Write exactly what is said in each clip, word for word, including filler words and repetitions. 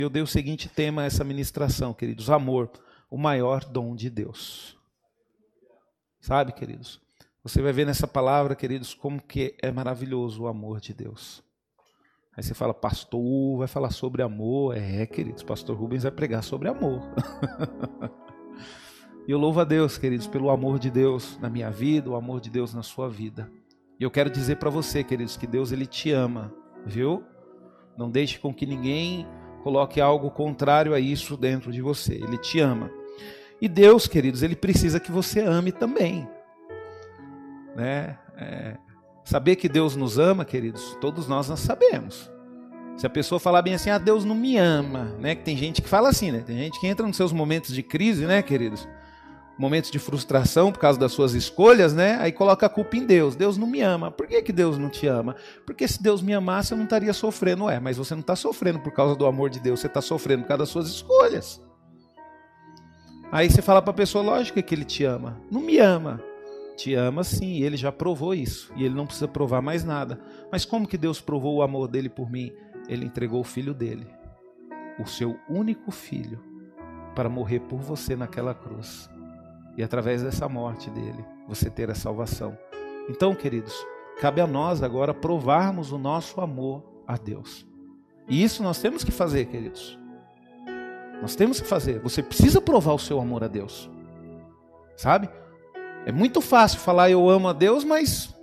Eu dei o seguinte tema a essa ministração, queridos: amor, o maior dom de Deus. Sabe, queridos? Você vai ver nessa palavra, queridos, como que é maravilhoso o amor de Deus. Aí você fala, pastor, vai falar sobre amor. É, queridos, pastor Rubens vai pregar sobre amor. E eu louvo a Deus, queridos, pelo amor de Deus na minha vida, o amor de Deus na sua vida. E eu quero dizer para você, queridos, que Deus, Ele te ama, viu? Não deixe com que ninguém coloque algo contrário a isso dentro de você. Ele te ama. E Deus, queridos, Ele precisa que você ame também. Né? É, saber que Deus nos ama, queridos, todos nós nós sabemos. Se a pessoa falar bem assim, ah, Deus não me ama, né? Que tem gente que fala assim, né? Tem gente que entra nos seus momentos de crise, né, queridos? Momentos de frustração por causa das suas escolhas, né? Aí coloca a culpa em Deus. Deus não me ama. Por que que Deus não te ama? Porque se Deus me amasse, eu não estaria sofrendo. É, mas você não está sofrendo por causa do amor de Deus, você está sofrendo por causa das suas escolhas. Aí você fala para a pessoa, lógico que Ele te ama. Não me ama. Te ama sim, Ele já provou isso. E Ele não precisa provar mais nada. Mas como que Deus provou o amor dEle por mim? Ele entregou o Filho dEle, o seu único Filho, para morrer por você naquela cruz. E através dessa morte dEle, você ter a salvação. Então, queridos, cabe a nós agora provarmos o nosso amor a Deus. E isso nós temos que fazer, queridos. Nós temos que fazer. Você precisa provar o seu amor a Deus. Sabe? É muito fácil falar eu amo a Deus, mas...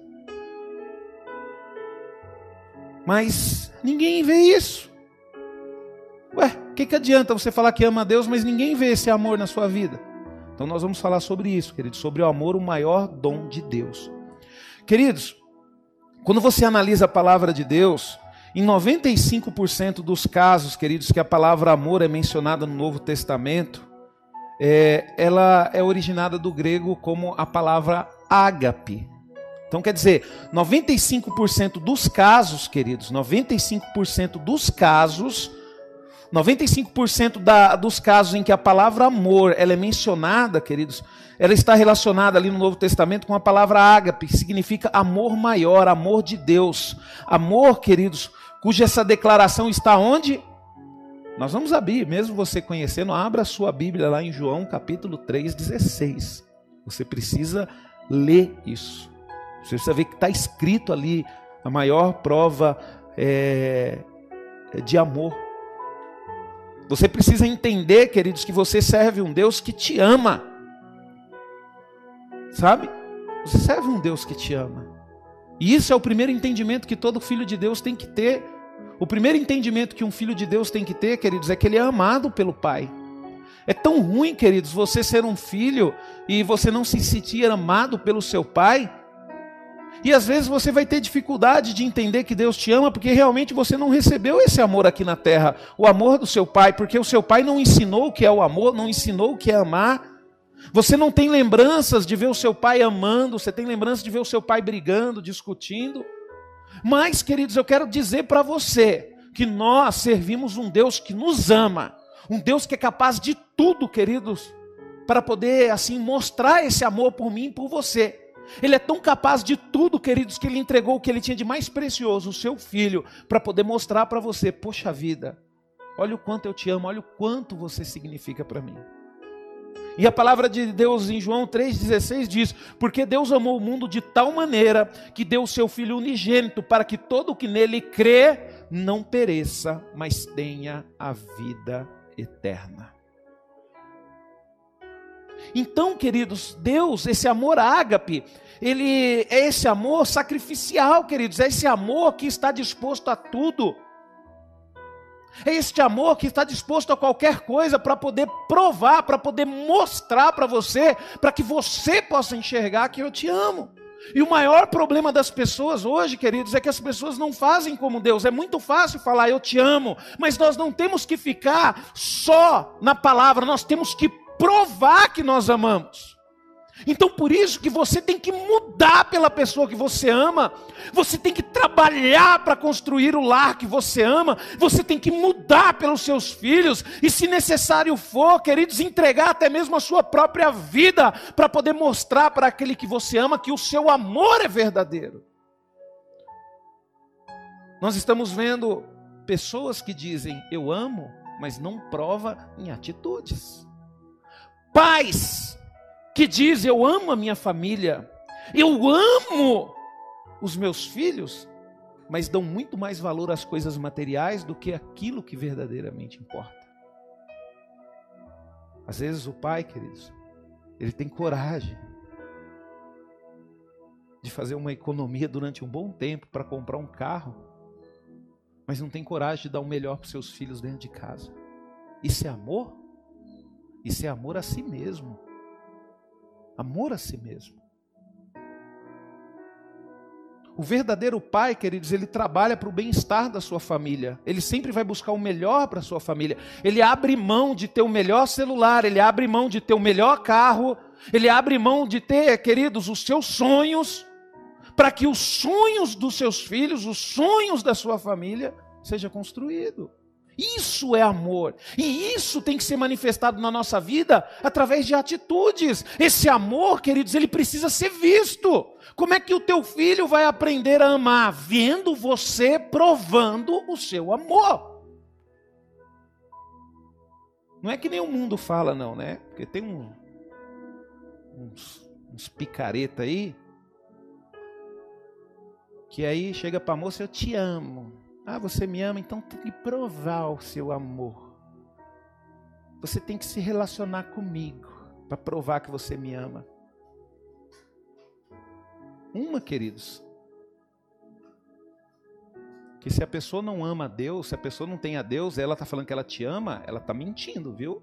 Mas ninguém vê isso. Ué, o que, que adianta você falar que ama a Deus, mas ninguém vê esse amor na sua vida? Então nós vamos falar sobre isso, queridos, sobre o amor, o maior dom de Deus. Queridos, quando você analisa a palavra de Deus, em noventa e cinco por cento dos casos, queridos, que a palavra amor é mencionada no Novo Testamento, é, ela é originada do grego como a palavra ágape. Então quer dizer, noventa e cinco por cento dos casos, queridos, noventa e cinco por cento dos casos... noventa e cinco por cento da, dos casos em que a palavra amor ela é mencionada, queridos, ela está relacionada ali no Novo Testamento com a palavra ágape, que significa amor maior, amor de Deus. Amor, queridos, cuja essa declaração está onde? Nós vamos abrir, mesmo você conhecendo, abra a sua Bíblia lá em João capítulo três, dezesseis. Você precisa ler isso. Você precisa ver que está escrito ali a maior prova é, de amor. Você precisa entender, queridos, que você serve um Deus que te ama. Sabe? Você serve um Deus que te ama. E isso é o primeiro entendimento que todo filho de Deus tem que ter. O primeiro entendimento que um filho de Deus tem que ter, queridos, é que ele é amado pelo Pai. É tão ruim, queridos, você ser um filho e você não se sentir amado pelo seu pai. E às vezes você vai ter dificuldade de entender que Deus te ama, porque realmente você não recebeu esse amor aqui na terra, o amor do seu pai, porque o seu pai não ensinou o que é o amor, não ensinou o que é amar. Você não tem lembranças de ver o seu pai amando, você tem lembrança de ver o seu pai brigando, discutindo. Mas, queridos, eu quero dizer para você que nós servimos um Deus que nos ama, um Deus que é capaz de tudo, queridos, para poder assim mostrar esse amor por mim e por você. Ele é tão capaz de tudo, queridos, que Ele entregou o que Ele tinha de mais precioso, o seu Filho, para poder mostrar para você, poxa vida, olha o quanto eu te amo, olha o quanto você significa para mim. E a palavra de Deus em João três, dezesseis diz, porque Deus amou o mundo de tal maneira que deu o seu Filho unigênito para que todo o que nele crê não pereça, mas tenha a vida eterna. Então, queridos, Deus, esse amor ágape, ele é esse amor sacrificial, queridos, é esse amor que está disposto a tudo. É este amor que está disposto a qualquer coisa para poder provar, para poder mostrar para você, para que você possa enxergar que eu te amo. E o maior problema das pessoas hoje, queridos, é que as pessoas não fazem como Deus. É muito fácil falar eu te amo, mas nós não temos que ficar só na palavra, nós temos que provar que nós amamos. Então por isso que você tem que mudar pela pessoa que você ama, você tem que trabalhar para construir o lar que você ama, você tem que mudar pelos seus filhos, e se necessário for, queridos, entregar até mesmo a sua própria vida, para poder mostrar para aquele que você ama que o seu amor é verdadeiro. Nós estamos vendo pessoas que dizem eu amo, mas não prova em atitudes. Pais que dizem: eu amo a minha família, eu amo os meus filhos, mas dão muito mais valor às coisas materiais do que aquilo que verdadeiramente importa. Às vezes o pai, queridos, ele tem coragem de fazer uma economia durante um bom tempo para comprar um carro, mas não tem coragem de dar o melhor para os seus filhos dentro de casa. Isso é amor? Isso é amor a si mesmo. Amor a si mesmo. O verdadeiro pai, queridos, ele trabalha para o bem-estar da sua família. Ele sempre vai buscar o melhor para a sua família. Ele abre mão de ter o melhor celular, ele abre mão de ter o melhor carro, ele abre mão de ter, queridos, os seus sonhos, para que os sonhos dos seus filhos, os sonhos da sua família, seja construído. Isso é amor, e isso tem que ser manifestado na nossa vida através de atitudes. Esse amor, queridos, ele precisa ser visto. Como é que o teu filho vai aprender a amar? Vendo você provando o seu amor. Não é que nem o mundo fala não, né? Porque tem um, uns, uns picareta aí, que aí chega para a moça: eu te amo. Ah, você me ama, então tem que provar o seu amor. Você tem que se relacionar comigo para provar que você me ama. Uma, queridos, que se a pessoa não ama a Deus, se a pessoa não tem a Deus, ela está falando que ela te ama, ela está mentindo, viu?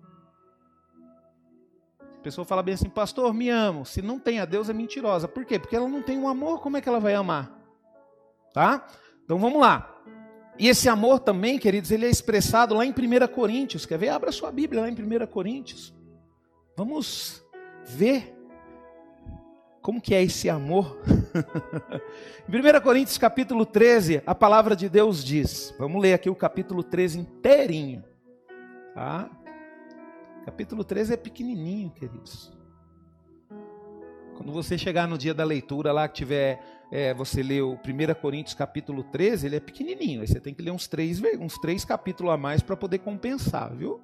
A pessoa fala bem assim: pastor, me amo. Se não tem a Deus, é mentirosa. Por quê? Porque ela não tem um amor, como é que ela vai amar? Tá? Então vamos lá. E esse amor também, queridos, ele é expressado lá em primeira Coríntios. Quer ver? Abra sua Bíblia lá em primeira Coríntios. Vamos ver como que é esse amor. Em primeira Coríntios capítulo treze, a palavra de Deus diz. Vamos ler aqui o capítulo treze inteirinho. Tá? Capítulo treze é pequenininho, queridos. Quando você chegar no dia da leitura lá, que tiver, é, você lê o primeira Coríntios capítulo treze, ele é pequenininho. Aí você tem que ler uns três, uns três capítulos a mais para poder compensar, viu?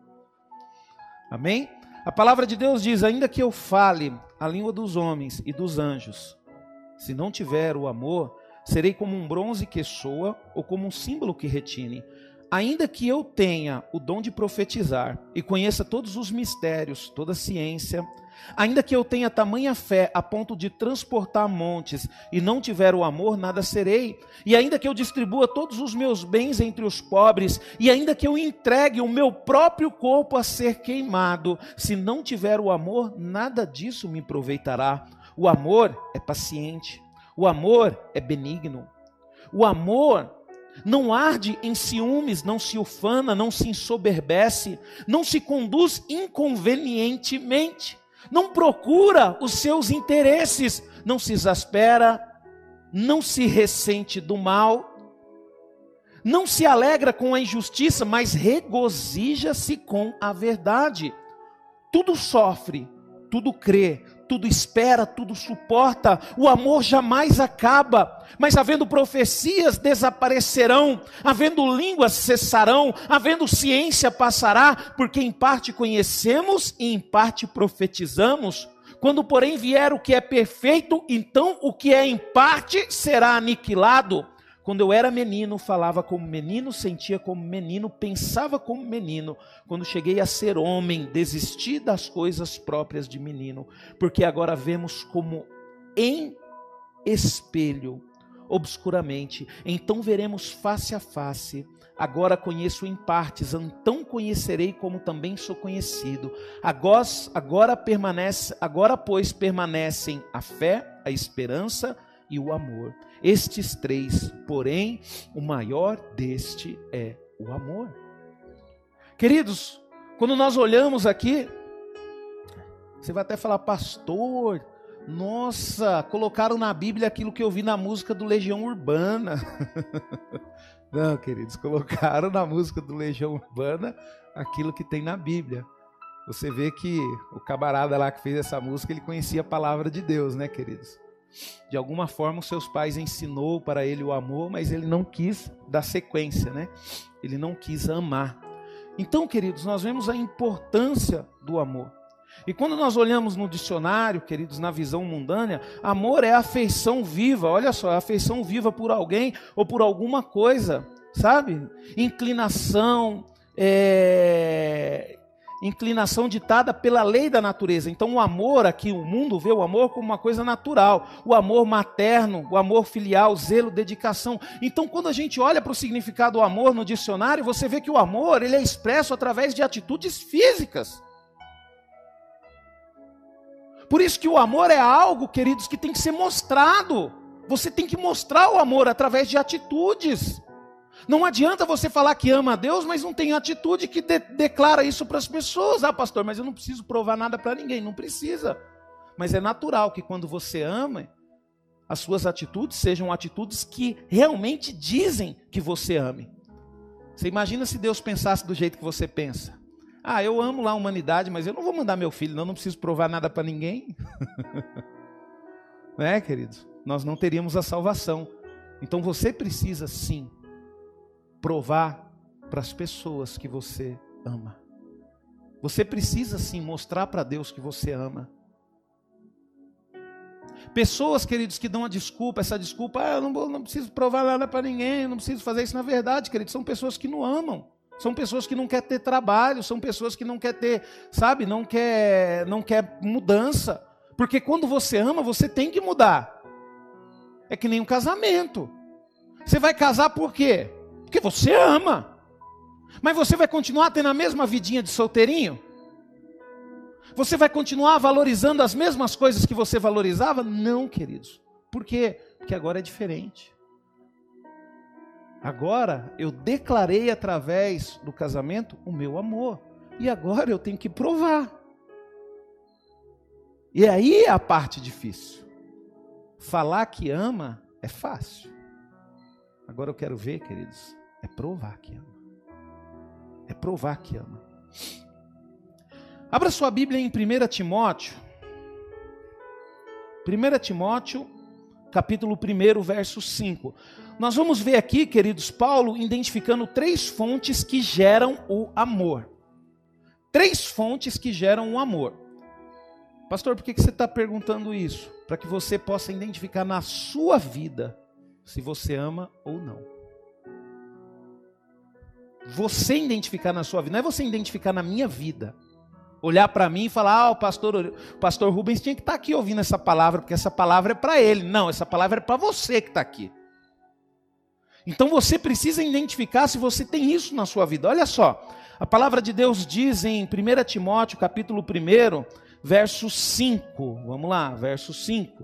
Amém? A palavra de Deus diz: ainda que eu fale a língua dos homens e dos anjos, se não tiver o amor, serei como um bronze que soa ou como um símbolo que retine. Ainda que eu tenha o dom de profetizar e conheça todos os mistérios, toda a ciência, ainda que eu tenha tamanha fé a ponto de transportar montes e não tiver o amor, nada serei. E ainda que eu distribua todos os meus bens entre os pobres, e ainda que eu entregue o meu próprio corpo a ser queimado, se não tiver o amor, nada disso me aproveitará. O amor é paciente, o amor é benigno, o amor não arde em ciúmes, não se ufana, não se ensoberbece, não se conduz inconvenientemente, não procura os seus interesses, não se exaspera, não se ressente do mal, não se alegra com a injustiça, mas regozija-se com a verdade. Tudo sofre, tudo crê, tudo espera, tudo suporta. O amor jamais acaba, mas havendo profecias desaparecerão, havendo línguas cessarão, havendo ciência passará, porque em parte conhecemos e em parte profetizamos. Quando porém vier o que é perfeito, então o que é em parte será aniquilado. Quando eu era menino, falava como menino, sentia como menino, pensava como menino. Quando cheguei a ser homem, desisti das coisas próprias de menino, porque agora vemos como em espelho, obscuramente, então veremos face a face. Agora conheço em partes, então conhecerei como também sou conhecido. Agora, agora permanece, agora pois permanecem a fé, a esperança e o amor. Estes três, porém, o maior deste é o amor. Queridos, quando nós olhamos aqui, você vai até falar: pastor, nossa, colocaram na Bíblia aquilo que eu vi na música do Legião Urbana. Não, queridos, colocaram na música do Legião Urbana aquilo que tem na Bíblia. Você vê que o camarada lá que fez essa música, ele conhecia a palavra de Deus, né, queridos? De alguma forma os seus pais ensinou para ele o amor, mas ele não quis dar sequência, né? Ele não quis amar. Então, queridos, nós vemos a importância do amor. E quando nós olhamos no dicionário, queridos, na visão mundana, amor é afeição viva, olha só, afeição viva por alguém ou por alguma coisa, sabe? Inclinação, é... inclinação ditada pela lei da natureza. Então o amor aqui, o mundo vê o amor como uma coisa natural, o amor materno, o amor filial, zelo, dedicação. Então quando a gente olha para o significado do amor no dicionário, você vê que o amor ele é expresso através de atitudes físicas. Por isso que o amor é algo, queridos, que tem que ser mostrado. Você tem que mostrar o amor através de atitudes. Não adianta você falar que ama a Deus, mas não tem atitude que de- declara isso para as pessoas. Ah, pastor, mas eu não preciso provar nada para ninguém. Não precisa. Mas é natural que quando você ama, as suas atitudes sejam atitudes que realmente dizem que você ame. Você imagina se Deus pensasse do jeito que você pensa. Ah, eu amo lá a humanidade, mas eu não vou mandar meu filho, não, não preciso provar nada para ninguém. Não é, queridos? Nós não teríamos a salvação. Então você precisa sim provar para as pessoas que você ama. Você precisa sim mostrar para Deus que você ama. Pessoas, queridos, que dão a desculpa, essa desculpa, ah, eu não, vou, não preciso provar nada para ninguém, eu não preciso fazer isso. Na verdade, queridos, são pessoas que não amam. São pessoas que não querem ter trabalho, são pessoas que não querem ter, sabe, não quer, não quer mudança. Porque quando você ama, você tem que mudar. É que nem um casamento. Você vai casar por quê? Porque você ama. Mas você vai continuar tendo a mesma vidinha de solteirinho? Você vai continuar valorizando as mesmas coisas que você valorizava? Não, queridos. Por quê? Porque agora é diferente. Agora eu declarei através do casamento o meu amor. E agora eu tenho que provar. E aí é a parte difícil. Falar que ama é fácil. Agora eu quero ver, queridos, é provar que ama. É provar que ama. Abra sua Bíblia em primeira Timóteo. primeira Timóteo, capítulo um, verso cinco. Nós vamos ver aqui, queridos, Paulo identificando três fontes que geram o amor. Três fontes que geram o amor. Pastor, por que você está perguntando isso? Para que você possa identificar na sua vida se você ama ou não. Você identificar na sua vida, não é você identificar na minha vida. Olhar para mim e falar, ah, o pastor, o pastor Rubens tinha que estar aqui ouvindo essa palavra, porque essa palavra é para ele. Não, essa palavra é para você que está aqui. Então você precisa identificar se você tem isso na sua vida. Olha só, a palavra de Deus diz em primeira Timóteo, capítulo um, verso cinco. Vamos lá, verso cinco.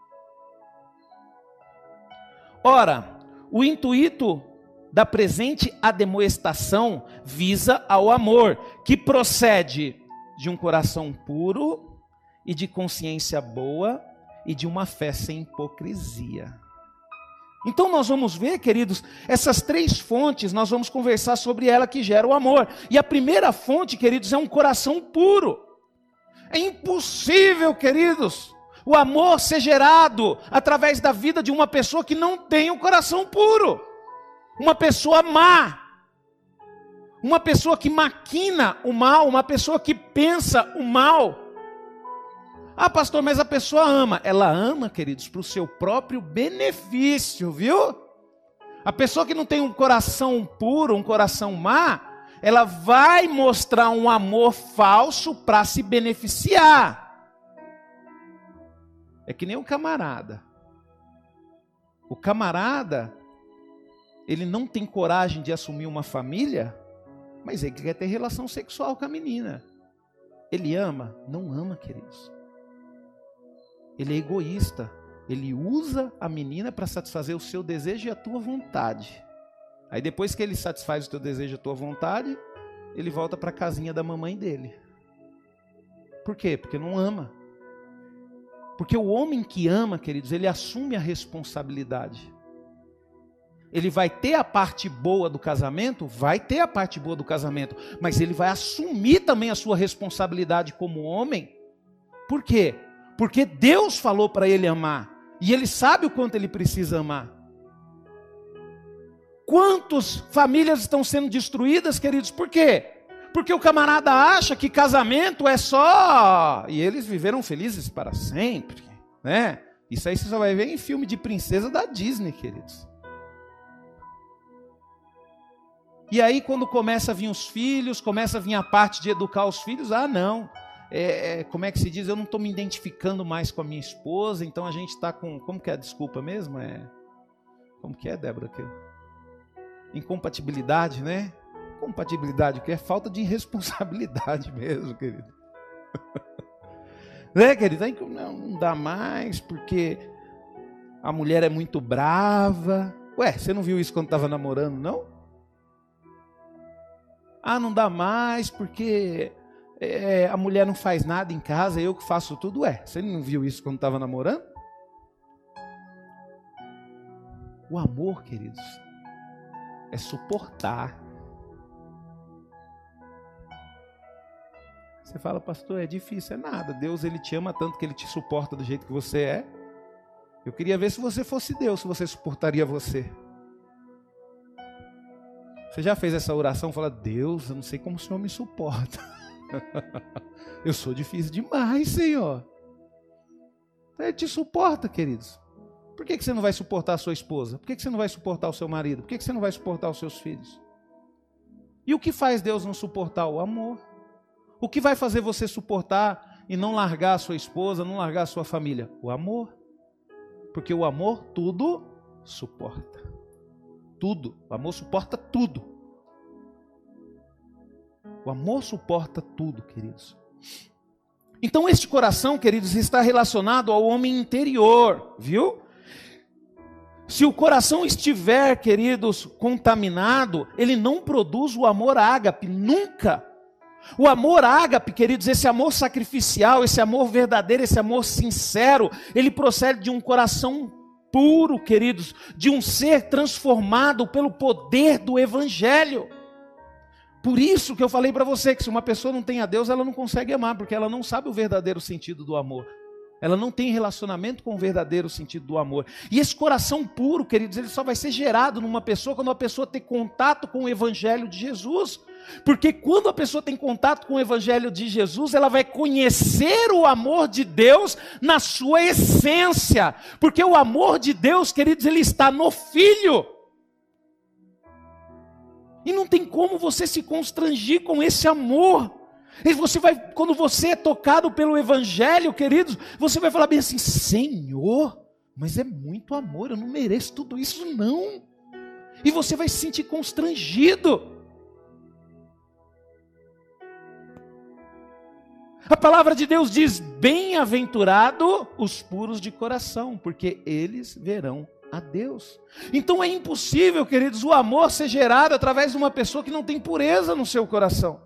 Ora, o intuito da presente admoestação visa ao amor, que procede de um coração puro e de consciência boa e de uma fé sem hipocrisia. Então nós vamos ver, queridos, essas três fontes, nós vamos conversar sobre ela que gera o amor. E a primeira fonte, queridos, é um coração puro. É impossível, queridos, o amor ser gerado através da vida de uma pessoa que não tem um coração puro. Uma pessoa má. Uma pessoa que maquina o mal, uma pessoa que pensa o mal. Ah, pastor, mas a pessoa ama. Ela ama, queridos, para o seu próprio benefício, viu? A pessoa que não tem um coração puro, um coração má, ela vai mostrar um amor falso para se beneficiar. É que nem um camarada. O camarada, ele não tem coragem de assumir uma família, mas ele quer ter relação sexual com a menina. Ele ama? Não ama, queridos. Ele é egoísta. Ele usa a menina para satisfazer o seu desejo e a tua vontade. Aí depois que ele satisfaz o teu desejo e a tua vontade, ele volta para a casinha da mamãe dele. Por quê? Porque não ama. Porque o homem que ama, queridos, ele assume a responsabilidade. Ele vai ter a parte boa do casamento? Vai ter a parte boa do casamento. Mas ele vai assumir também a sua responsabilidade como homem. Por quê? Porque Deus falou para ele amar. E ele sabe o quanto ele precisa amar. Quantas famílias estão sendo destruídas, queridos? Por quê? Porque o camarada acha que casamento é só... E eles viveram felizes para sempre, né? Isso aí você só vai ver em filme de princesa da Disney, queridos. E aí quando começa a vir os filhos, começa a vir a parte de educar os filhos, ah não, é, é, como é que se diz, eu não estou me identificando mais com a minha esposa, então a gente está com, como que é a desculpa mesmo? É, como que é, Débora? Que, incompatibilidade, né? Compatibilidade, que é falta de responsabilidade mesmo, querido. Né, querido? Aí não, não dá mais, porque a mulher é muito brava. Ué, você não viu isso quando estava namorando, não? Ah, não dá mais porque é, a mulher não faz nada em casa, eu que faço tudo. Ué, você não viu isso quando estava namorando? O amor, queridos, é suportar. Você fala, pastor, é difícil, é nada. Deus, ele te ama tanto que ele te suporta do jeito que você é. Eu queria ver se você fosse Deus, se você suportaria você. Você já fez essa oração? Fala, Deus, eu não sei como o Senhor me suporta. Eu sou difícil demais, Senhor. Ele te suporta, queridos. Por que você não vai suportar a sua esposa? Por que você não vai suportar o seu marido? Por que você não vai suportar os seus filhos? E o que faz Deus não suportar? O amor. O que vai fazer você suportar e não largar a sua esposa, não largar a sua família? O amor. Porque o amor tudo suporta. Tudo. O amor suporta tudo. O amor suporta tudo, queridos. Então este coração, queridos, está relacionado ao homem interior, viu? Se o coração estiver, queridos, contaminado, ele não produz o amor ágape, nunca. O amor ágape, queridos, esse amor sacrificial, esse amor verdadeiro, esse amor sincero, ele procede de um coração puro, queridos, de um ser transformado pelo poder do Evangelho. Por isso que eu falei para você que se uma pessoa não tem a Deus, ela não consegue amar, porque ela não sabe o verdadeiro sentido do amor. Ela não tem relacionamento com o verdadeiro sentido do amor. E esse coração puro, queridos, ele só vai ser gerado numa pessoa quando a pessoa tem contato com o Evangelho de Jesus. Porque quando a pessoa tem contato com o Evangelho de Jesus, ela vai conhecer o amor de Deus na sua essência. Porque o amor de Deus, queridos, ele está no Filho. E não tem como você se constrangir com esse amor. E você vai, quando você é tocado pelo Evangelho, queridos, você vai falar bem assim, Senhor, mas é muito amor, eu não mereço tudo isso não. E você vai se sentir constrangido. A palavra de Deus diz, bem-aventurado os puros de coração, porque eles verão a Deus. Então é impossível, queridos, o amor ser gerado através de uma pessoa que não tem pureza no seu coração.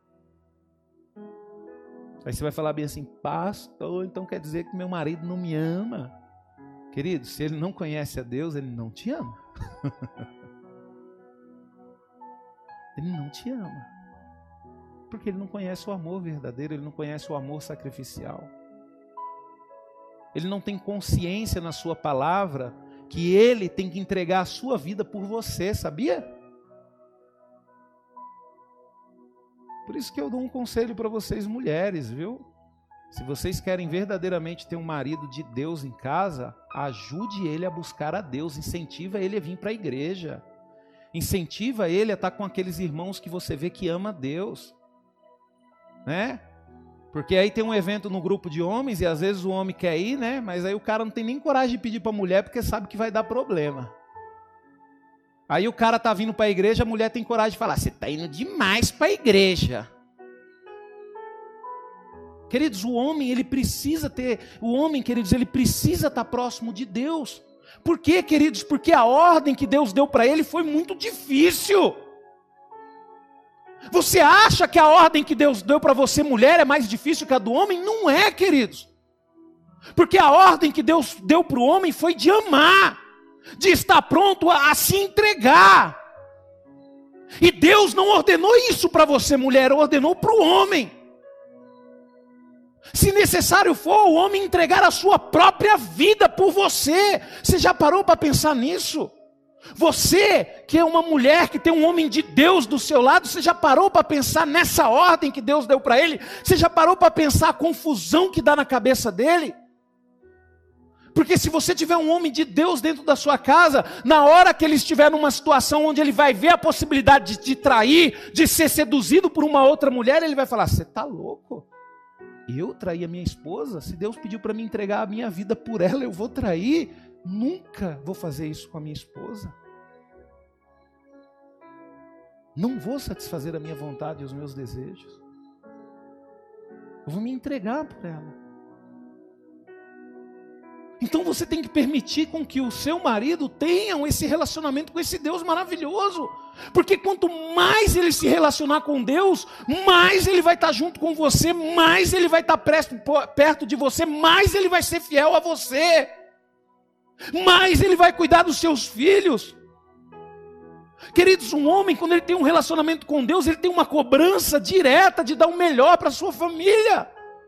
Aí você vai falar bem assim, pastor, então quer dizer que meu marido não me ama. Querido, se ele não conhece a Deus, ele não te ama. Ele não te ama. Porque ele não conhece o amor verdadeiro, ele não conhece o amor sacrificial. Ele não tem consciência na sua palavra que ele tem que entregar a sua vida por você, sabia? Por isso que eu dou um conselho para vocês mulheres, viu? Se vocês querem verdadeiramente ter um marido de Deus em casa, ajude ele a buscar a Deus, incentiva ele a vir para a igreja. Incentiva ele a estar com aqueles irmãos que você vê que ama a Deus. Né? Porque aí tem um evento no grupo de homens e às vezes o homem quer ir, né? Mas aí o cara não tem nem coragem de pedir para a mulher porque sabe que vai dar problema. Aí o cara tá vindo para a igreja, a mulher tem coragem de falar, você está indo demais para a igreja. Queridos, o homem, ele precisa ter, o homem, queridos, ele precisa estar próximo de Deus. Por quê, queridos? Porque a ordem que Deus deu para ele foi muito difícil. Você acha que a ordem que Deus deu para você, mulher, é mais difícil que a do homem? Não é, queridos. Porque a ordem que Deus deu para o homem foi de amar, de estar pronto a, a se entregar. E Deus não ordenou isso para você, mulher, ordenou para o homem. Se necessário for, o homem entregar a sua própria vida por você. Você já parou para pensar nisso? Você que é uma mulher que tem um homem de Deus do seu lado, você já parou para pensar nessa ordem que Deus deu para ele? Você já parou para pensar a confusão que dá na cabeça dele? Porque se você tiver um homem de Deus dentro da sua casa, na hora que ele estiver numa situação onde ele vai ver a possibilidade de, de trair, de ser seduzido por uma outra mulher, ele vai falar: você está louco? Eu traí a minha esposa? Se Deus pediu para me entregar a minha vida por ela, eu vou trair? Nunca vou fazer isso com a minha esposa. Não vou satisfazer a minha vontade e os meus desejos. Eu vou me entregar por ela. Então você tem que permitir com que o seu marido tenha esse relacionamento com esse Deus maravilhoso. Porque quanto mais ele se relacionar com Deus, mais ele vai estar junto com você, mais ele vai estar perto de você, mais ele vai ser fiel a você. Mais ele vai cuidar dos seus filhos. Queridos, um homem, quando ele tem um relacionamento com Deus, ele tem uma cobrança direta de dar o melhor para a sua família.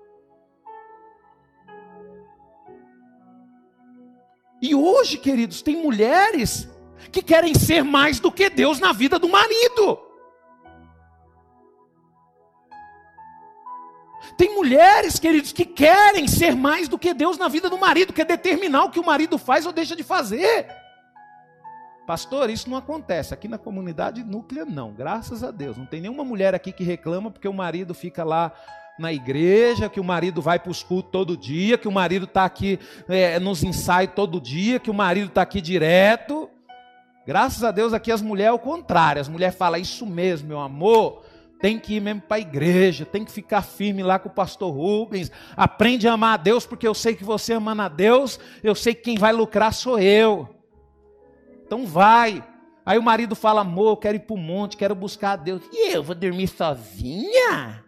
E hoje, queridos, tem mulheres que querem ser mais do que Deus na vida do marido. Tem mulheres, queridos, que querem ser mais do que Deus na vida do marido, quer determinar o que o marido faz ou deixa de fazer. Pastor, isso não acontece. Aqui na comunidade núclea não, graças a Deus. Não tem nenhuma mulher aqui que reclama porque o marido fica lá na igreja, que o marido vai para os cultos todo dia, que o marido está aqui é, nos ensaios todo dia, que o marido está aqui direto. Graças a Deus aqui as mulheres é o contrário. As mulheres falam: isso mesmo, meu amor, tem que ir mesmo para a igreja, tem que ficar firme lá com o pastor Rubens, aprende a amar a Deus, porque eu sei que você amando a Deus, eu sei que quem vai lucrar sou eu. Então vai. Aí o marido fala: amor, eu quero ir para o monte, quero buscar a Deus. E eu vou dormir sozinha?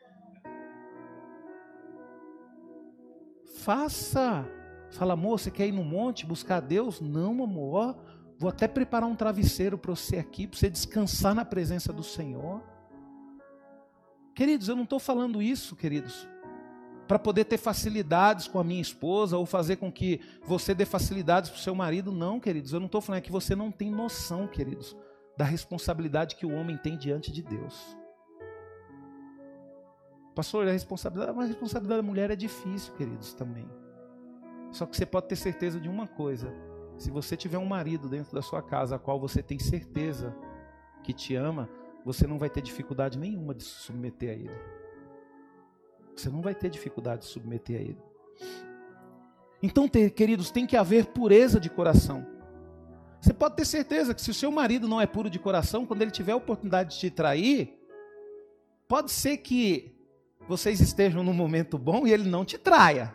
Faça. Fala: amor, você quer ir no monte buscar a Deus? Não, amor, vou até preparar um travesseiro para você aqui, para você descansar na presença do Senhor. Queridos, eu não estou falando isso, queridos, para poder ter facilidades com a minha esposa ou fazer com que você dê facilidades para o seu marido. Não, queridos, eu não estou falando, é que você não tem noção, queridos, da responsabilidade que o homem tem diante de Deus. Pastor, a responsabilidade, mas a responsabilidade da mulher é difícil, queridos, também. Só que você pode ter certeza de uma coisa: se você tiver um marido dentro da sua casa, a qual você tem certeza que te ama, você não vai ter dificuldade nenhuma de se submeter a ele. Você não vai ter dificuldade de se submeter a ele. Então, queridos, tem que haver pureza de coração. Você pode ter certeza que se o seu marido não é puro de coração, quando ele tiver a oportunidade de te trair, pode ser que vocês estejam num momento bom e ele não te traia.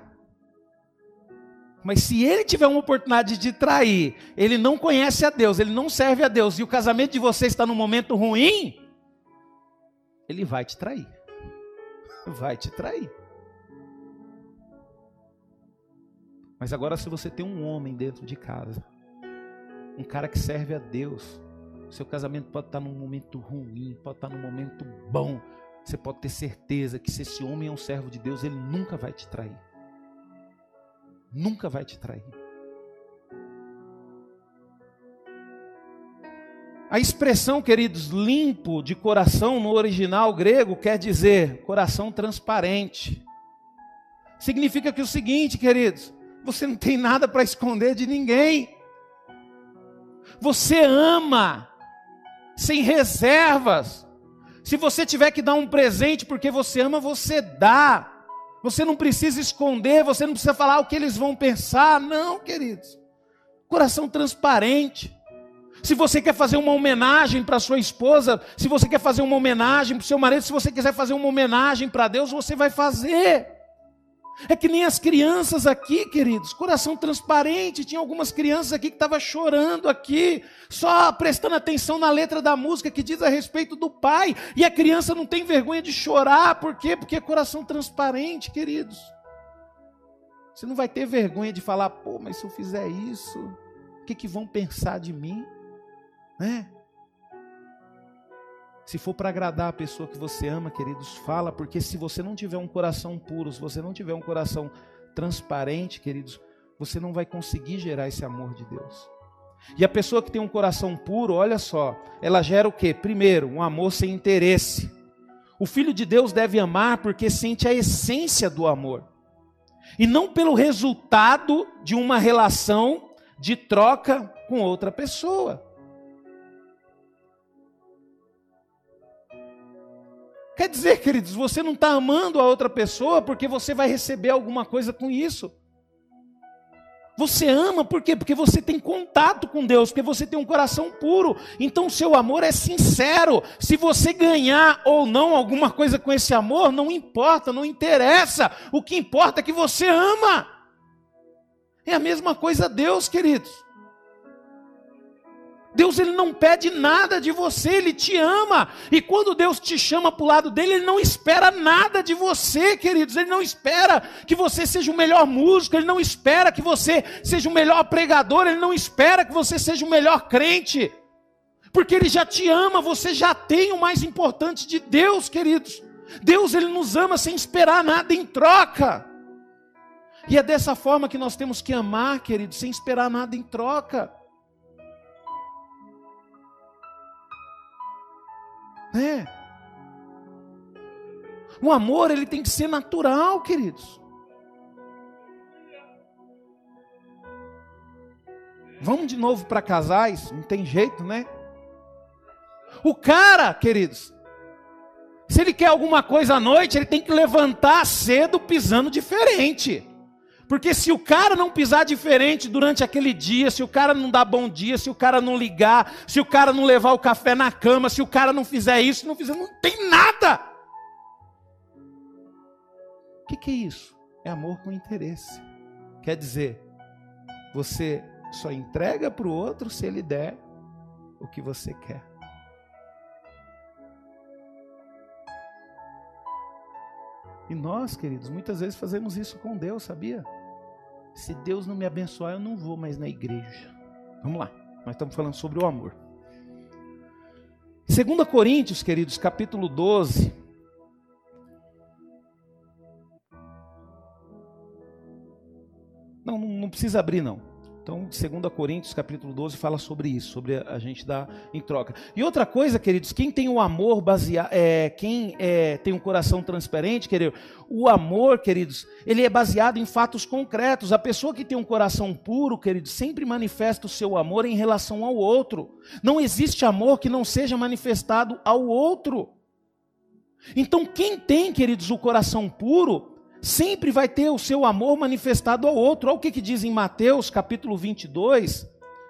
Mas se ele tiver uma oportunidade de te trair, ele não conhece a Deus, ele não serve a Deus, e o casamento de vocês está num momento ruim, ele vai te trair. Vai te trair. Mas agora, se você tem um homem dentro de casa, um cara que serve a Deus, seu casamento pode estar num momento ruim, pode estar num momento bom, você pode ter certeza que se esse homem é um servo de Deus, ele nunca vai te trair. Nunca vai te trair. A expressão, queridos, limpo de coração no original grego quer dizer coração transparente. Significa que o seguinte, queridos, você não tem nada para esconder de ninguém. Você ama sem reservas. Se você tiver que dar um presente porque você ama, você dá. Você não precisa esconder, você não precisa falar o que eles vão pensar. Não, queridos. Coração transparente. Se você quer fazer uma homenagem para sua esposa, se você quer fazer uma homenagem para o seu marido, se você quiser fazer uma homenagem para Deus, você vai fazer. É que nem as crianças aqui, queridos, coração transparente. Tinha algumas crianças aqui que estavam chorando aqui, só prestando atenção na letra da música que diz a respeito do pai. E a criança não tem vergonha de chorar. Por quê? Porque é coração transparente, queridos. Você não vai ter vergonha de falar: pô, mas se eu fizer isso, o que, que vão pensar de mim? Né? Se for para agradar a pessoa que você ama, queridos, fala, porque se você não tiver um coração puro, se você não tiver um coração transparente, queridos, você não vai conseguir gerar esse amor de Deus. E a pessoa que tem um coração puro, olha só, ela gera o quê? Primeiro, um amor sem interesse. O Filho de Deus deve amar porque sente a essência do amor. E não pelo resultado de uma relação de troca com outra pessoa. Quer dizer, queridos, você não está amando a outra pessoa porque você vai receber alguma coisa com isso. Você ama por quê? Porque você tem contato com Deus, porque você tem um coração puro. Então o seu amor é sincero. Se você ganhar ou não alguma coisa com esse amor, não importa, não interessa. O que importa é que você ama. É a mesma coisa a Deus, queridos. Deus, ele não pede nada de você, ele te ama. E quando Deus te chama para o lado dele, ele não espera nada de você, queridos. Ele não espera que você seja o melhor músico, ele não espera que você seja o melhor pregador, ele não espera que você seja o melhor crente. Porque ele já te ama, você já tem o mais importante de Deus, queridos. Deus, ele nos ama sem esperar nada em troca. E é dessa forma que nós temos que amar, queridos, sem esperar nada em troca. É. O amor, ele tem que ser natural, queridos. Vamos de novo para casais, não tem jeito, né? O cara, queridos, se ele quer alguma coisa à noite, ele tem que levantar cedo pisando diferente. Porque se o cara não pisar diferente durante aquele dia, se o cara não dar bom dia, se o cara não ligar, se o cara não levar o café na cama, se o cara não fizer isso, não fizer, não tem nada. O que, que é isso? É amor com interesse. Quer dizer, você só entrega para o outro se ele der o que você quer. E nós, queridos, muitas vezes fazemos isso com Deus, sabia? Se Deus não me abençoar, eu não vou mais na igreja. Vamos lá, nós estamos falando sobre o amor. Segunda Coríntios, queridos, capítulo doze. Não, não, não precisa abrir não. Então, Segunda Coríntios, capítulo doze, fala sobre isso, sobre a gente dar em troca. E outra coisa, queridos, quem tem o amor baseado, é, quem é, tem um coração transparente, querido, o amor, queridos, ele é baseado em fatos concretos. A pessoa que tem um coração puro, queridos, sempre manifesta o seu amor em relação ao outro. Não existe amor que não seja manifestado ao outro. Então, quem tem, queridos, o coração puro, sempre vai ter o seu amor manifestado ao outro. Olha o que, que diz em Mateus capítulo vinte e dois.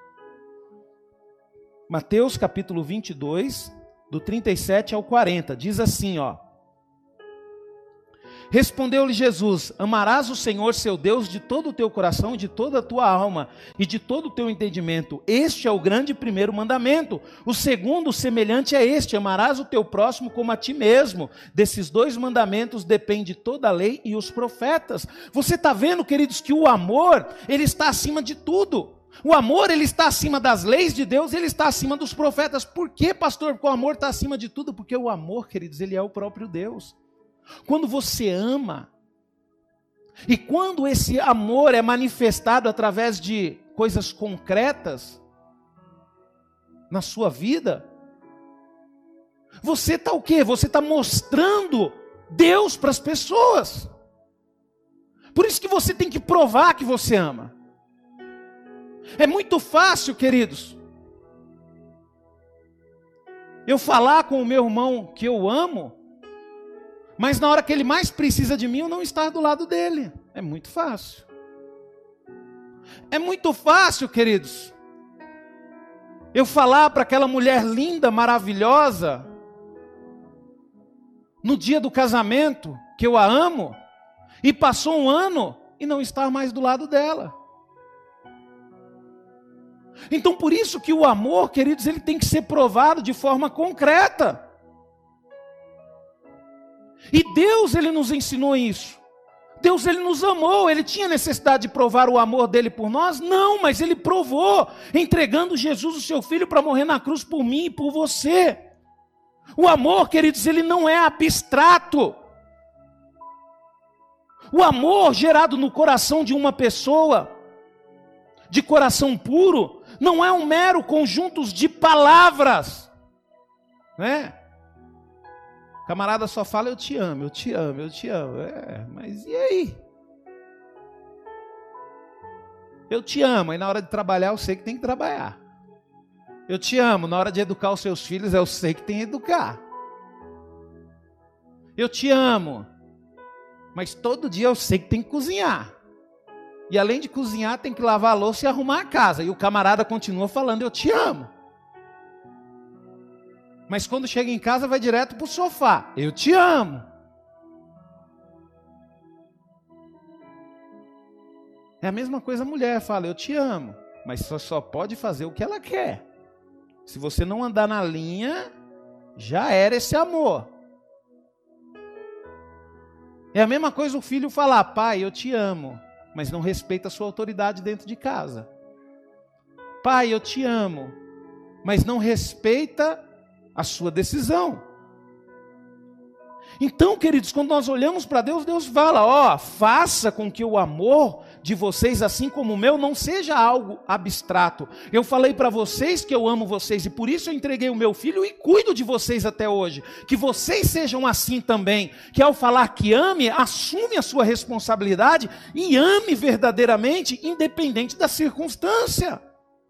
Mateus capítulo vinte e dois, do trinta e sete ao quarenta. Diz assim, ó. Respondeu-lhe Jesus: amarás o Senhor seu Deus de todo o teu coração, de toda a tua alma e de todo o teu entendimento. Este é o grande primeiro mandamento. O segundo, semelhante a este: amarás o teu próximo como a ti mesmo. Desses dois mandamentos depende toda a lei e os profetas. Você está vendo, queridos, que o amor, ele está acima de tudo. O amor, ele está acima das leis de Deus, ele está acima dos profetas. Por que, pastor, que o amor está acima de tudo? Porque o amor, queridos, ele é o próprio Deus. Quando você ama, e quando esse amor é manifestado através de coisas concretas na sua vida, você está o quê? Você está mostrando Deus para as pessoas. Por isso que você tem que provar que você ama. É muito fácil, queridos, eu falar com o meu irmão que eu amo, mas na hora que ele mais precisa de mim, eu não estar do lado dele. É muito fácil. É muito fácil, queridos, eu falar para aquela mulher linda, maravilhosa, no dia do casamento, que eu a amo, e passou um ano e não estar mais do lado dela. Então, por isso que o amor, queridos, ele tem que ser provado de forma concreta. E Deus, ele nos ensinou isso. Deus, ele nos amou. Ele tinha necessidade de provar o amor dele por nós? Não, mas ele provou, entregando Jesus, o seu filho, para morrer na cruz por mim e por você. O amor, queridos, ele não é abstrato. O amor gerado no coração de uma pessoa, de coração puro, não é um mero conjunto de palavras, né? O camarada só fala, eu te amo, eu te amo, eu te amo. É, mas e aí? Eu te amo, aí na hora de trabalhar eu sei que tem que trabalhar. Eu te amo, na hora de educar os seus filhos eu sei que tem que educar. Eu te amo, mas todo dia eu sei que tem que cozinhar. E além de cozinhar, tem que lavar a louça e arrumar a casa. E o camarada continua falando, eu te amo. Mas quando chega em casa, vai direto para o sofá. Eu te amo. É a mesma coisa a mulher, fala, eu te amo. Mas só, só pode fazer o que ela quer. Se você não andar na linha, já era esse amor. É a mesma coisa o filho falar, pai, eu te amo. Mas não respeita a sua autoridade dentro de casa. Pai, eu te amo. Mas não respeita a sua decisão. Então, queridos, quando nós olhamos para Deus, Deus fala, ó, faça com que o amor de vocês, assim como o meu, não seja algo abstrato. Eu falei para vocês que eu amo vocês e por isso eu entreguei o meu filho e cuido de vocês até hoje. Que vocês sejam assim também, que ao falar que ame, assume a sua responsabilidade e ame verdadeiramente, independente da circunstância.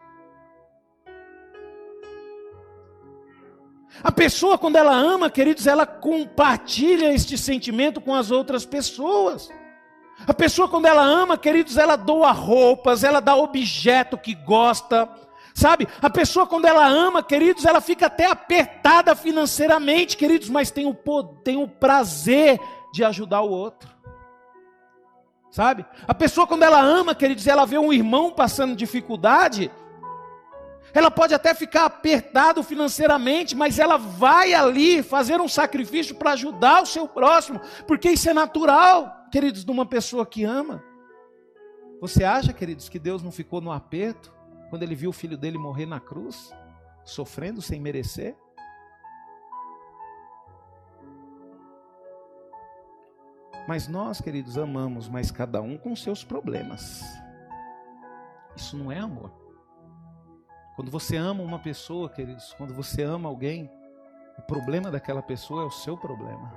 A pessoa, quando ela ama, queridos, ela compartilha este sentimento com as outras pessoas. A pessoa, quando ela ama, queridos, ela doa roupas, ela dá objeto que gosta, sabe? A pessoa, quando ela ama, queridos, ela fica até apertada financeiramente, queridos, mas tem o, tem o prazer de ajudar o outro, sabe? A pessoa, quando ela ama, queridos, ela vê um irmão passando dificuldade, ela pode até ficar apertado financeiramente, mas ela vai ali fazer um sacrifício para ajudar o seu próximo, porque isso é natural, queridos, de uma pessoa que ama. Você acha, queridos, que Deus não ficou no aperto quando ele viu o filho dele morrer na cruz, sofrendo sem merecer? Mas nós, queridos, amamos, mas cada um com seus problemas. Isso não é amor. Quando você ama uma pessoa, queridos, quando você ama alguém, o problema daquela pessoa é o seu problema.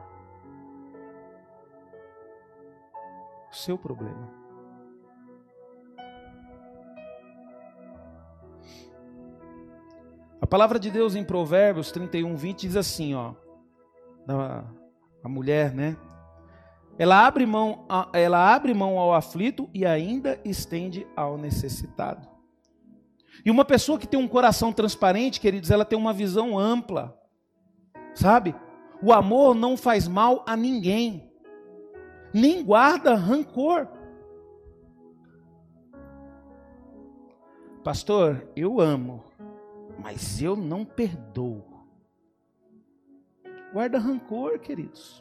O seu problema. A palavra de Deus em Provérbios trinta e um, vinte diz assim, ó, a, a mulher, né? Ela abre mão, ela abre mão ao aflito e ainda estende ao necessitado. E uma pessoa que tem um coração transparente, queridos, ela tem uma visão ampla, sabe? O amor não faz mal a ninguém, nem guarda rancor. Pastor, eu amo, mas eu não perdoo. Guarda rancor, queridos.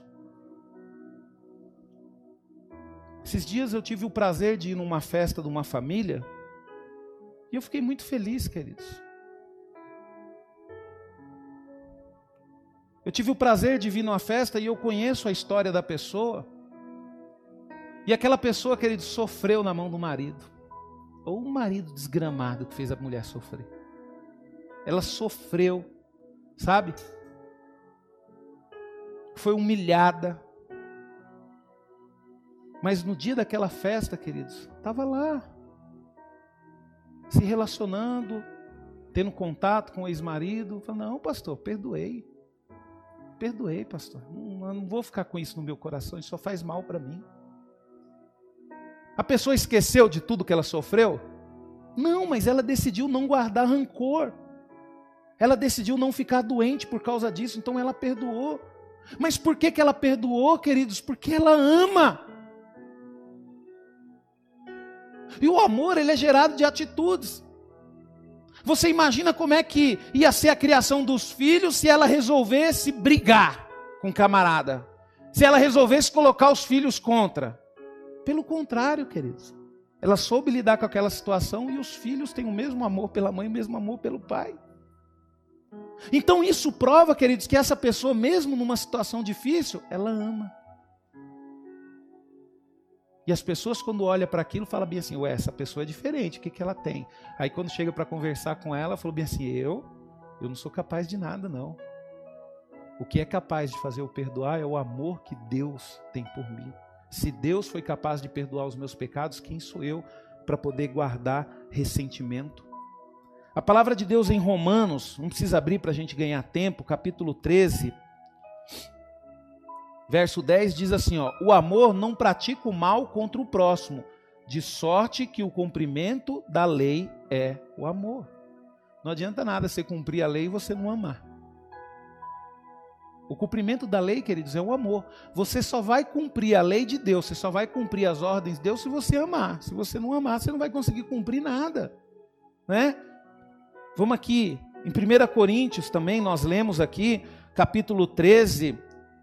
Esses dias eu tive o prazer de ir numa festa de uma família, e eu fiquei muito feliz, queridos. Eu tive o prazer de vir numa festa e eu conheço a história da pessoa. E aquela pessoa, queridos, sofreu na mão do marido. Ou um marido desgramado que fez a mulher sofrer. Ela sofreu, sabe? Foi humilhada. Mas no dia daquela festa, queridos, estava lá. Se relacionando, tendo contato com o ex-marido. Falei, não, pastor, perdoei. Perdoei, pastor. Não, não vou ficar com isso no meu coração, isso só faz mal para mim. A pessoa esqueceu de tudo que ela sofreu? Não, mas ela decidiu não guardar rancor. Ela decidiu não ficar doente por causa disso, então ela perdoou. Mas por que que ela perdoou, queridos? Porque ela ama. E o amor, ele é gerado de atitudes. Você imagina como é que ia ser a criação dos filhos se ela resolvesse brigar com o camarada? Se ela resolvesse colocar os filhos contra? Pelo contrário, queridos. Ela soube lidar com aquela situação e os filhos têm o mesmo amor pela mãe e o mesmo amor pelo pai. Então isso prova, queridos, que essa pessoa, mesmo numa situação difícil, ela ama. E as pessoas quando olham para aquilo, falam bem assim, ué, essa pessoa é diferente, o que, que ela tem? Aí quando chega para conversar com ela, falou bem assim, eu, eu não sou capaz de nada não. O que é capaz de fazer eu perdoar é o amor que Deus tem por mim. Se Deus foi capaz de perdoar os meus pecados, quem sou eu para poder guardar ressentimento? A palavra de Deus em Romanos, não precisa abrir para a gente ganhar tempo, capítulo treze, verso dez diz assim, ó, o amor não pratica o mal contra o próximo, de sorte que o cumprimento da lei é o amor. Não adianta nada você cumprir a lei e você não amar. O cumprimento da lei, queridos, é o amor. Você só vai cumprir a lei de Deus, você só vai cumprir as ordens de Deus se você amar. Se você não amar, você não vai conseguir cumprir nada, né? Vamos aqui, em primeira Coríntios também, nós lemos aqui, capítulo treze,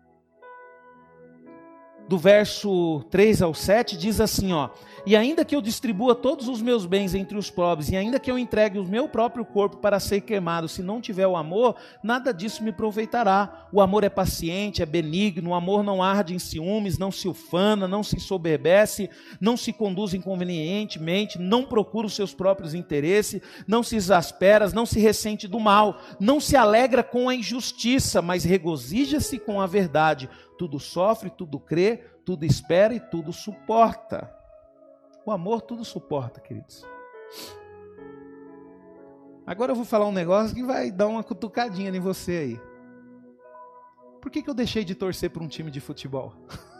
do verso três ao sete, diz assim, ó, e ainda que eu distribua todos os meus bens entre os pobres, e ainda que eu entregue o meu próprio corpo para ser queimado, se não tiver o amor, nada disso me aproveitará. O amor é paciente, é benigno, o amor não arde em ciúmes, não se ufana, não se ensoberbece, não se conduz inconvenientemente, não procura os seus próprios interesses, não se exaspera, não se ressente do mal, não se alegra com a injustiça, mas regozija-se com a verdade. Tudo sofre, tudo crê, tudo espera e tudo suporta. O amor tudo suporta, queridos. Agora eu vou falar um negócio que vai dar uma cutucadinha em você aí. Por que que eu deixei de torcer para um time de futebol?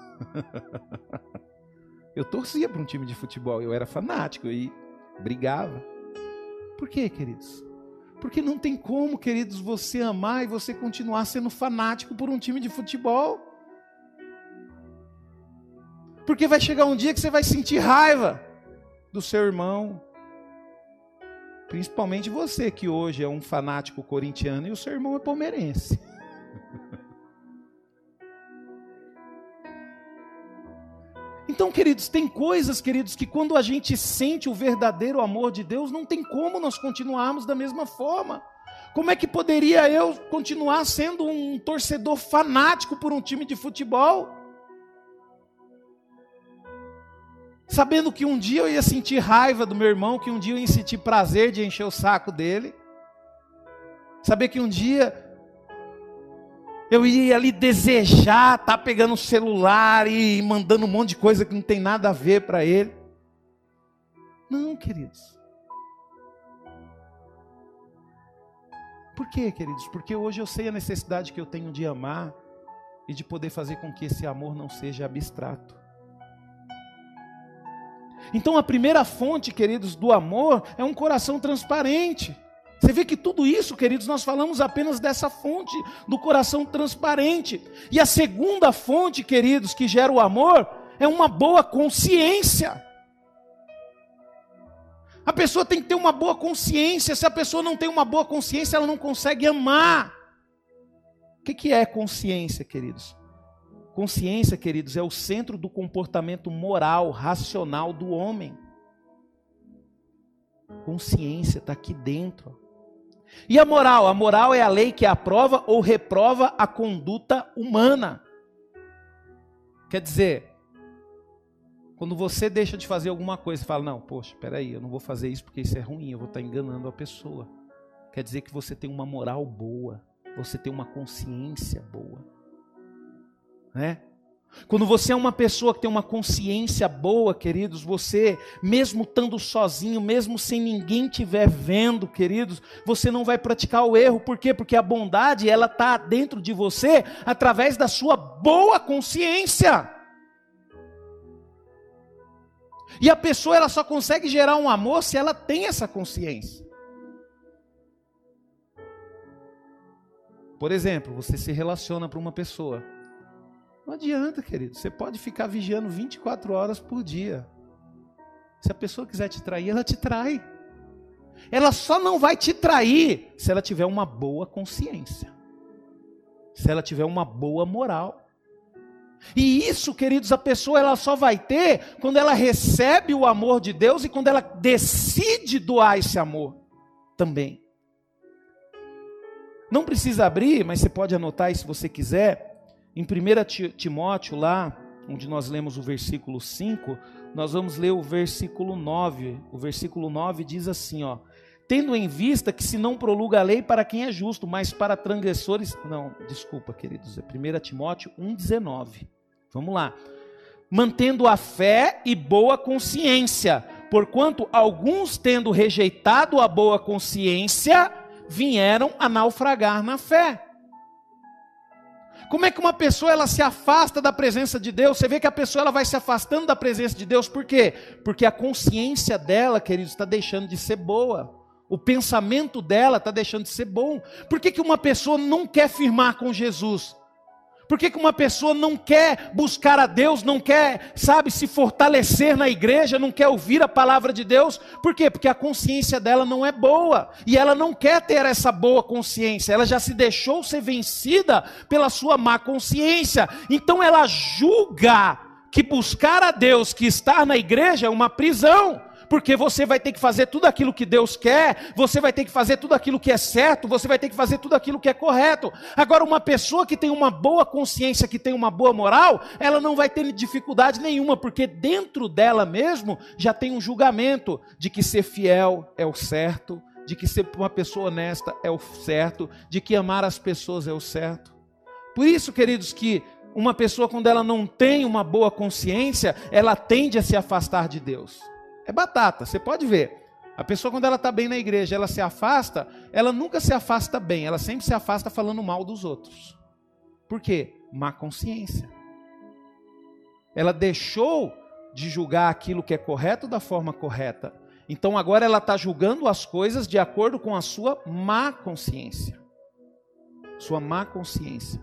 Eu torcia para um time de futebol, eu era fanático e brigava. Por quê, queridos? Porque não tem como, queridos, você amar e você continuar sendo fanático por um time de futebol. Porque vai chegar um dia que você vai sentir raiva do seu irmão. Principalmente você que hoje é um fanático corintiano e o seu irmão é palmeirense. Então, queridos, tem coisas, queridos, que quando a gente sente o verdadeiro amor de Deus, não tem como nós continuarmos da mesma forma. Como é que poderia eu continuar sendo um torcedor fanático por um time de futebol? Sabendo que um dia eu ia sentir raiva do meu irmão, que um dia eu ia sentir prazer de encher o saco dele. Saber que um dia eu ia ali desejar estar pegando o celular e mandando um monte de coisa que não tem nada a ver para ele. Não, queridos. Por quê, queridos? Porque hoje eu sei a necessidade que eu tenho de amar e de poder fazer com que esse amor não seja abstrato. Então a primeira fonte, queridos, do amor é um coração transparente. Você vê que tudo isso, queridos, nós falamos apenas dessa fonte, do coração transparente. E a segunda fonte, queridos, que gera o amor, é uma boa consciência. A pessoa tem que ter uma boa consciência. Se a pessoa não tem uma boa consciência, ela não consegue amar. O que que é consciência, queridos? Consciência, queridos, é o centro do comportamento moral, racional do homem. Consciência está aqui dentro. E a moral? A moral é a lei que aprova ou reprova a conduta humana. Quer dizer, quando você deixa de fazer alguma coisa, você fala, não, poxa, peraí, eu não vou fazer isso porque isso é ruim, eu vou estar enganando a pessoa. Quer dizer que você tem uma moral boa, você tem uma consciência boa. Né? Quando você é uma pessoa que tem uma consciência boa, queridos, você, mesmo estando sozinho, mesmo sem ninguém estiver vendo, queridos, você não vai praticar o erro. Por quê? Porque a bondade, ela está dentro de você através da sua boa consciência. E a pessoa, ela só consegue gerar um amor se ela tem essa consciência. Por exemplo, você se relaciona para uma pessoa. Não adianta, querido. Você pode ficar vigiando vinte e quatro horas por dia. Se a pessoa quiser te trair, ela te trai. Ela só não vai te trair se ela tiver uma boa consciência. Se ela tiver uma boa moral. E isso, queridos, a pessoa ela só vai ter quando ela recebe o amor de Deus e quando ela decide doar esse amor também. Não precisa abrir, mas você pode anotar aí se você quiser. Em primeira Timóteo, lá, onde nós lemos o versículo cinco, nós vamos ler o versículo nove. O versículo nove diz assim, ó: tendo em vista que se não prolonga a lei para quem é justo, mas para transgressores... Não, desculpa, queridos, é primeiro Timóteo um, dezenove. Vamos lá. Mantendo a fé e boa consciência, porquanto alguns, tendo rejeitado a boa consciência, vieram a naufragar na fé. Como é que uma pessoa ela se afasta da presença de Deus? Você vê que a pessoa ela vai se afastando da presença de Deus, por quê? Porque a consciência dela, queridos, está deixando de ser boa. O pensamento dela está deixando de ser bom. Por que que uma pessoa não quer firmar com Jesus? Por que que uma pessoa não quer buscar a Deus, não quer, sabe, se fortalecer na igreja, não quer ouvir a palavra de Deus? Por quê? Porque a consciência dela não é boa, e ela não quer ter essa boa consciência, ela já se deixou ser vencida pela sua má consciência, então ela julga que buscar a Deus, que estar na igreja é uma prisão, porque você vai ter que fazer tudo aquilo que Deus quer, você vai ter que fazer tudo aquilo que é certo, você vai ter que fazer tudo aquilo que é correto. Agora, uma pessoa que tem uma boa consciência, que tem uma boa moral, ela não vai ter dificuldade nenhuma, porque dentro dela mesmo já tem um julgamento de que ser fiel é o certo, de que ser uma pessoa honesta é o certo, de que amar as pessoas é o certo. Por isso, queridos, que uma pessoa, quando ela não tem uma boa consciência, ela tende a se afastar de Deus. É batata, você pode ver. A pessoa, quando ela está bem na igreja, ela se afasta, ela nunca se afasta bem, ela sempre se afasta falando mal dos outros. Por quê? Má consciência. Ela deixou de julgar aquilo que é correto da forma correta. Então agora ela está julgando as coisas de acordo com a sua má consciência. Sua má consciência.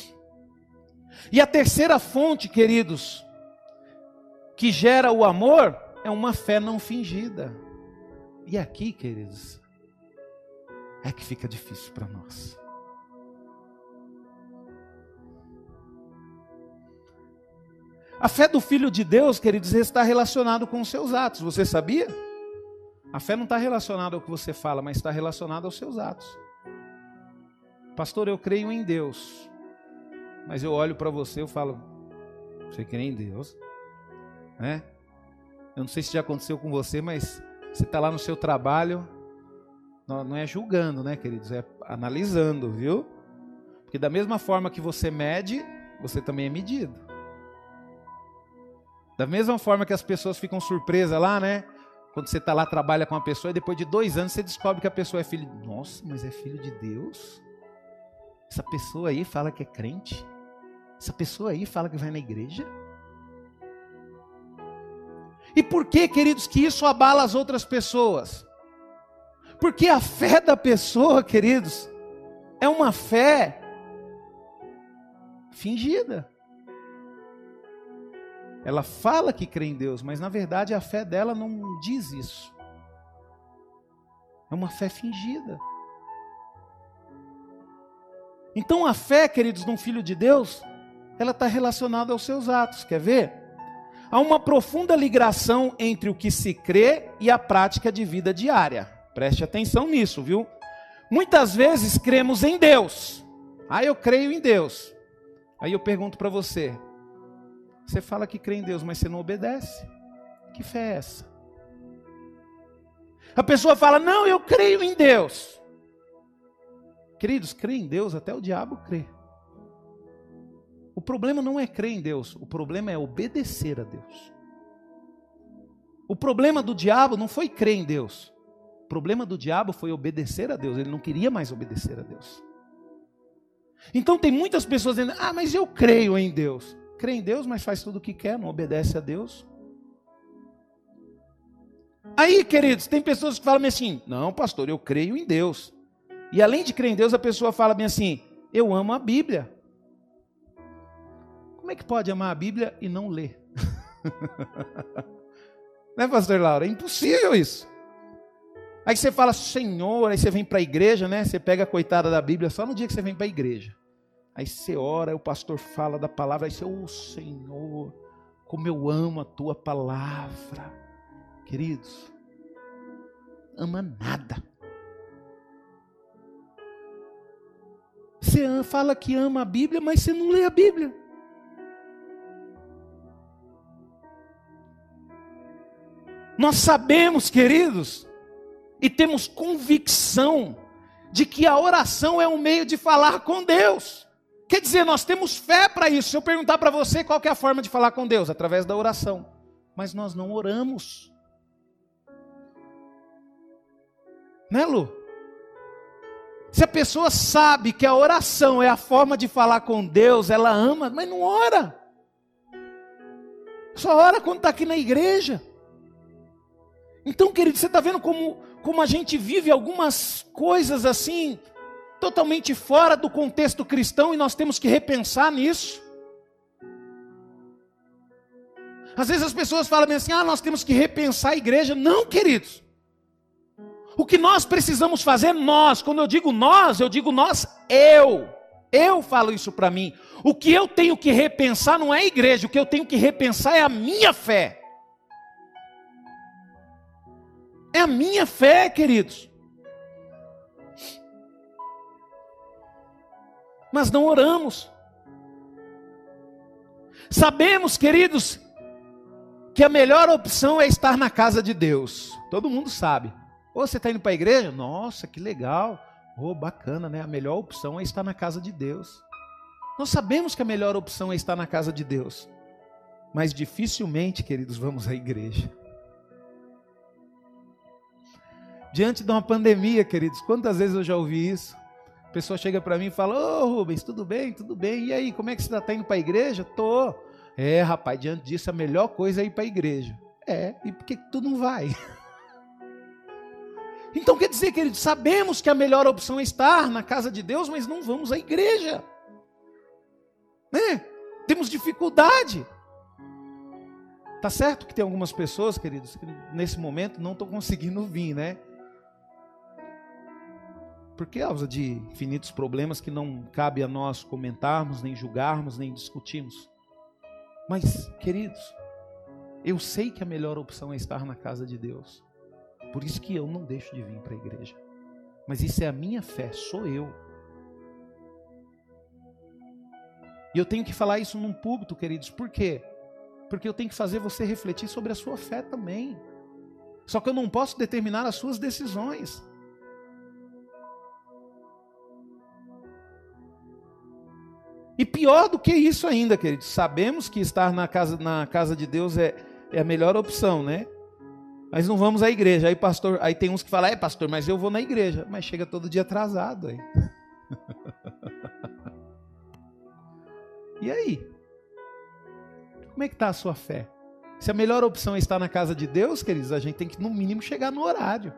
E a terceira fonte, queridos, que gera o amor, é uma fé não fingida. E aqui, queridos, é que fica difícil para nós. A fé do Filho de Deus, queridos, está relacionado com os seus atos. Você sabia? A fé não está relacionada ao que você fala, mas está relacionada aos seus atos. Pastor, eu creio em Deus. Mas eu olho para você e falo, você crê em Deus? Né? Eu não sei se já aconteceu com você, mas você está lá no seu trabalho, não, não é julgando, né, queridos? É analisando, viu? Porque da mesma forma que você mede, você também é medido. Da mesma forma que as pessoas ficam surpresas lá, né? Quando você está lá, trabalha com uma pessoa, e depois de dois anos você descobre que a pessoa é filho de... Nossa, mas é filho de Deus? Essa pessoa aí fala que é crente? Essa pessoa aí fala que vai na igreja? E por que, queridos, que isso abala as outras pessoas? Porque a fé da pessoa, queridos, é uma fé fingida. Ela fala que crê em Deus, mas na verdade a fé dela não diz isso. É uma fé fingida. Então a fé, queridos, de um filho de Deus, ela está relacionada aos seus atos. Quer ver? Há uma profunda ligação entre o que se crê e a prática de vida diária. Preste atenção nisso, viu? Muitas vezes cremos em Deus. Ah, eu creio em Deus. Aí eu pergunto para você, você fala que crê em Deus, mas você não obedece? Que fé é essa? A pessoa fala, não, eu creio em Deus. Queridos, crer em Deus, até o diabo crê. O problema não é crer em Deus, o problema é obedecer a Deus. O problema do diabo não foi crer em Deus. O problema do diabo foi obedecer a Deus, ele não queria mais obedecer a Deus. Então tem muitas pessoas dizendo, ah, mas eu creio em Deus. Crê em Deus, mas faz tudo o que quer, não obedece a Deus. Aí, queridos, tem pessoas que falam assim, não, pastor, eu creio em Deus. E além de crer em Deus, a pessoa fala bem assim, eu amo a Bíblia. Como é que pode amar a Bíblia e não ler? Né, pastor Laura? É impossível isso. Aí você fala, Senhor, aí você vem para a igreja, né? Você pega a coitada da Bíblia só no dia que você vem para a igreja. Aí você ora, aí o pastor fala da palavra, aí você, ô oh, Senhor, como eu amo a tua palavra. Queridos, ama nada. Você fala que ama a Bíblia, mas você não lê a Bíblia. Nós sabemos, queridos, e temos convicção de que a oração é um meio de falar com Deus. Quer dizer, nós temos fé para isso. Se eu perguntar para você qual que é a forma de falar com Deus, através da oração. Mas nós não oramos. Né, Lu? Se a pessoa sabe que a oração é a forma de falar com Deus, ela ama, mas não ora. Só ora quando está aqui na igreja. Então, querido, você está vendo como, como a gente vive algumas coisas assim, totalmente fora do contexto cristão, e nós temos que repensar nisso. Às vezes as pessoas falam assim, ah, nós temos que repensar a igreja. Não, queridos. O que nós precisamos fazer, nós, quando eu digo nós, eu digo nós, eu. Eu falo isso para mim. O que eu tenho que repensar não é a igreja, o que eu tenho que repensar é a minha fé. É a minha fé, queridos. Mas não oramos. Sabemos, queridos, que a melhor opção é estar na casa de Deus. Todo mundo sabe. Ou você está indo para a igreja? Nossa, que legal. Oh, bacana, né? A melhor opção é estar na casa de Deus. Nós sabemos que a melhor opção é estar na casa de Deus. Mas dificilmente, queridos, vamos à igreja. Diante de uma pandemia, queridos, quantas vezes eu já ouvi isso? A pessoa chega para mim e fala, ô oh, Rubens, tudo bem, tudo bem, e aí, como é que você está indo para a igreja? Tô. É, rapaz, diante disso a melhor coisa é ir para a igreja. É, e por que tu não vai? Então quer dizer, queridos, sabemos que a melhor opção é estar na casa de Deus, mas não vamos à igreja. Né? Temos dificuldade. Tá certo que tem algumas pessoas, queridos, que nesse momento não estão conseguindo vir, né? Por causa de infinitos problemas que não cabe a nós comentarmos, nem julgarmos, nem discutirmos. Mas, queridos, eu sei que a melhor opção é estar na casa de Deus. Por isso que eu não deixo de vir para a igreja. Mas isso é a minha fé, sou eu. E eu tenho que falar isso num púlpito, queridos. Por quê? Porque eu tenho que fazer você refletir sobre a sua fé também. Só que eu não posso determinar as suas decisões. E pior do que isso ainda, queridos, sabemos que estar na casa, na casa de Deus é, é a melhor opção, né? Mas não vamos à igreja. Aí, pastor, aí tem uns que falam, é pastor, mas eu vou na igreja. Mas chega todo dia atrasado aí. E aí? Como é que está a sua fé? Se a melhor opção é estar na casa de Deus, queridos, a gente tem que no mínimo chegar no horário.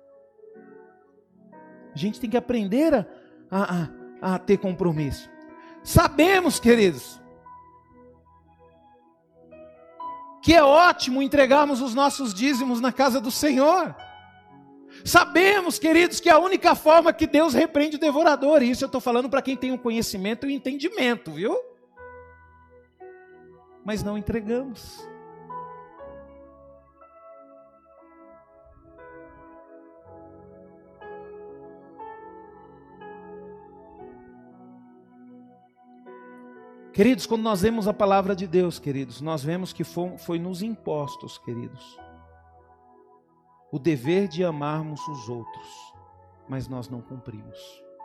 A gente tem que aprender a, a, a, a ter compromisso. Sabemos, queridos, que é ótimo entregarmos os nossos dízimos na casa do Senhor. Sabemos, queridos, que é a única forma que Deus repreende o devorador. E isso eu estou falando para quem tem o conhecimento e o entendimento, viu? Mas não entregamos. Queridos, quando nós vemos a palavra de Deus, queridos, nós vemos que foi, foi nos impostos, queridos, o dever de amarmos os outros, mas nós não cumprimos.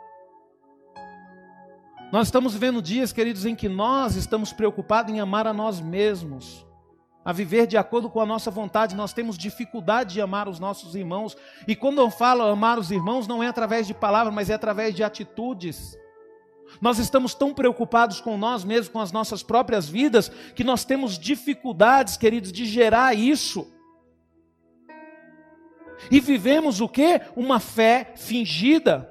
Nós estamos vivendo dias, queridos, em que nós estamos preocupados em amar a nós mesmos, a viver de acordo com a nossa vontade. Nós temos dificuldade de amar os nossos irmãos, e quando eu falo amar os irmãos, não é através de palavras, mas é através de atitudes. Nós estamos tão preocupados com nós mesmos, com as nossas próprias vidas, que nós temos dificuldades, queridos, de gerar isso. E vivemos o quê? Uma fé fingida.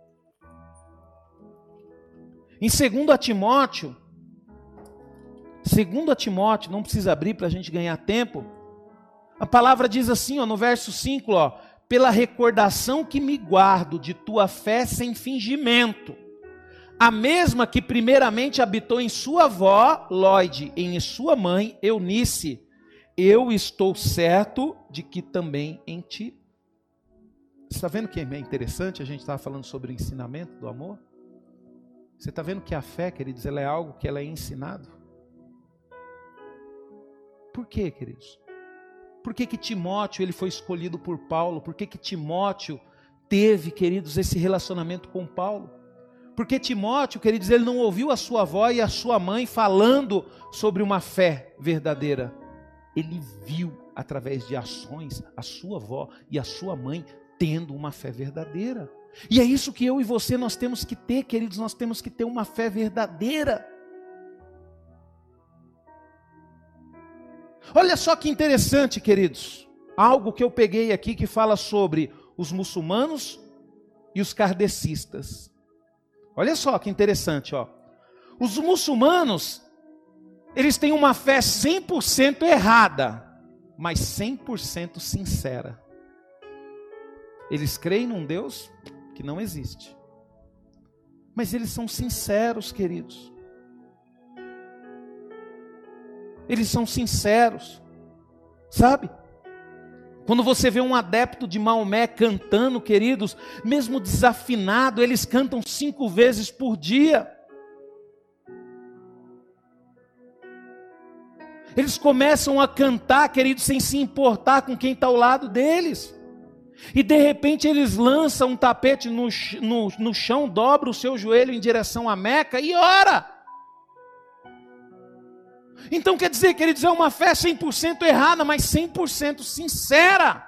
Em segundo Timóteo, segundo Timóteo, não precisa abrir para a gente ganhar tempo, a palavra diz assim, ó, no verso cinco, ó, pela recordação que me guardo de tua fé sem fingimento, a mesma que primeiramente habitou em sua avó, Lóide, em sua mãe, Eunice, eu estou certo de que também em ti. Você está vendo que é interessante? A gente estava falando sobre o ensinamento do amor. Você está vendo que a fé, queridos, ela é algo que ela é ensinado? Por quê, queridos? Por que que Timóteo ele foi escolhido por Paulo? Por que que Timóteo teve, queridos, esse relacionamento com Paulo? Porque Timóteo, queridos, ele não ouviu a sua avó e a sua mãe falando sobre uma fé verdadeira. Ele viu através de ações a sua avó e a sua mãe tendo uma fé verdadeira. E é isso que eu e você nós temos que ter, queridos, nós temos que ter uma fé verdadeira. Olha só que interessante, queridos, algo que eu peguei aqui que fala sobre os muçulmanos e os kardecistas. Olha só que interessante, ó. Os muçulmanos, eles têm uma fé cem por cento errada, mas cem por cento sincera. Eles creem num Deus que não existe. Mas eles são sinceros, queridos. Eles são sinceros, sabe? Quando você vê um adepto de Maomé cantando, queridos, mesmo desafinado, eles cantam cinco vezes por dia. Eles começam a cantar, queridos, sem se importar com quem está ao lado deles. E de repente eles lançam um tapete no, no, no chão, dobra o seu joelho em direção à Meca e ora. Então quer dizer, queridos, é uma fé cem por cento errada, mas cem por cento sincera.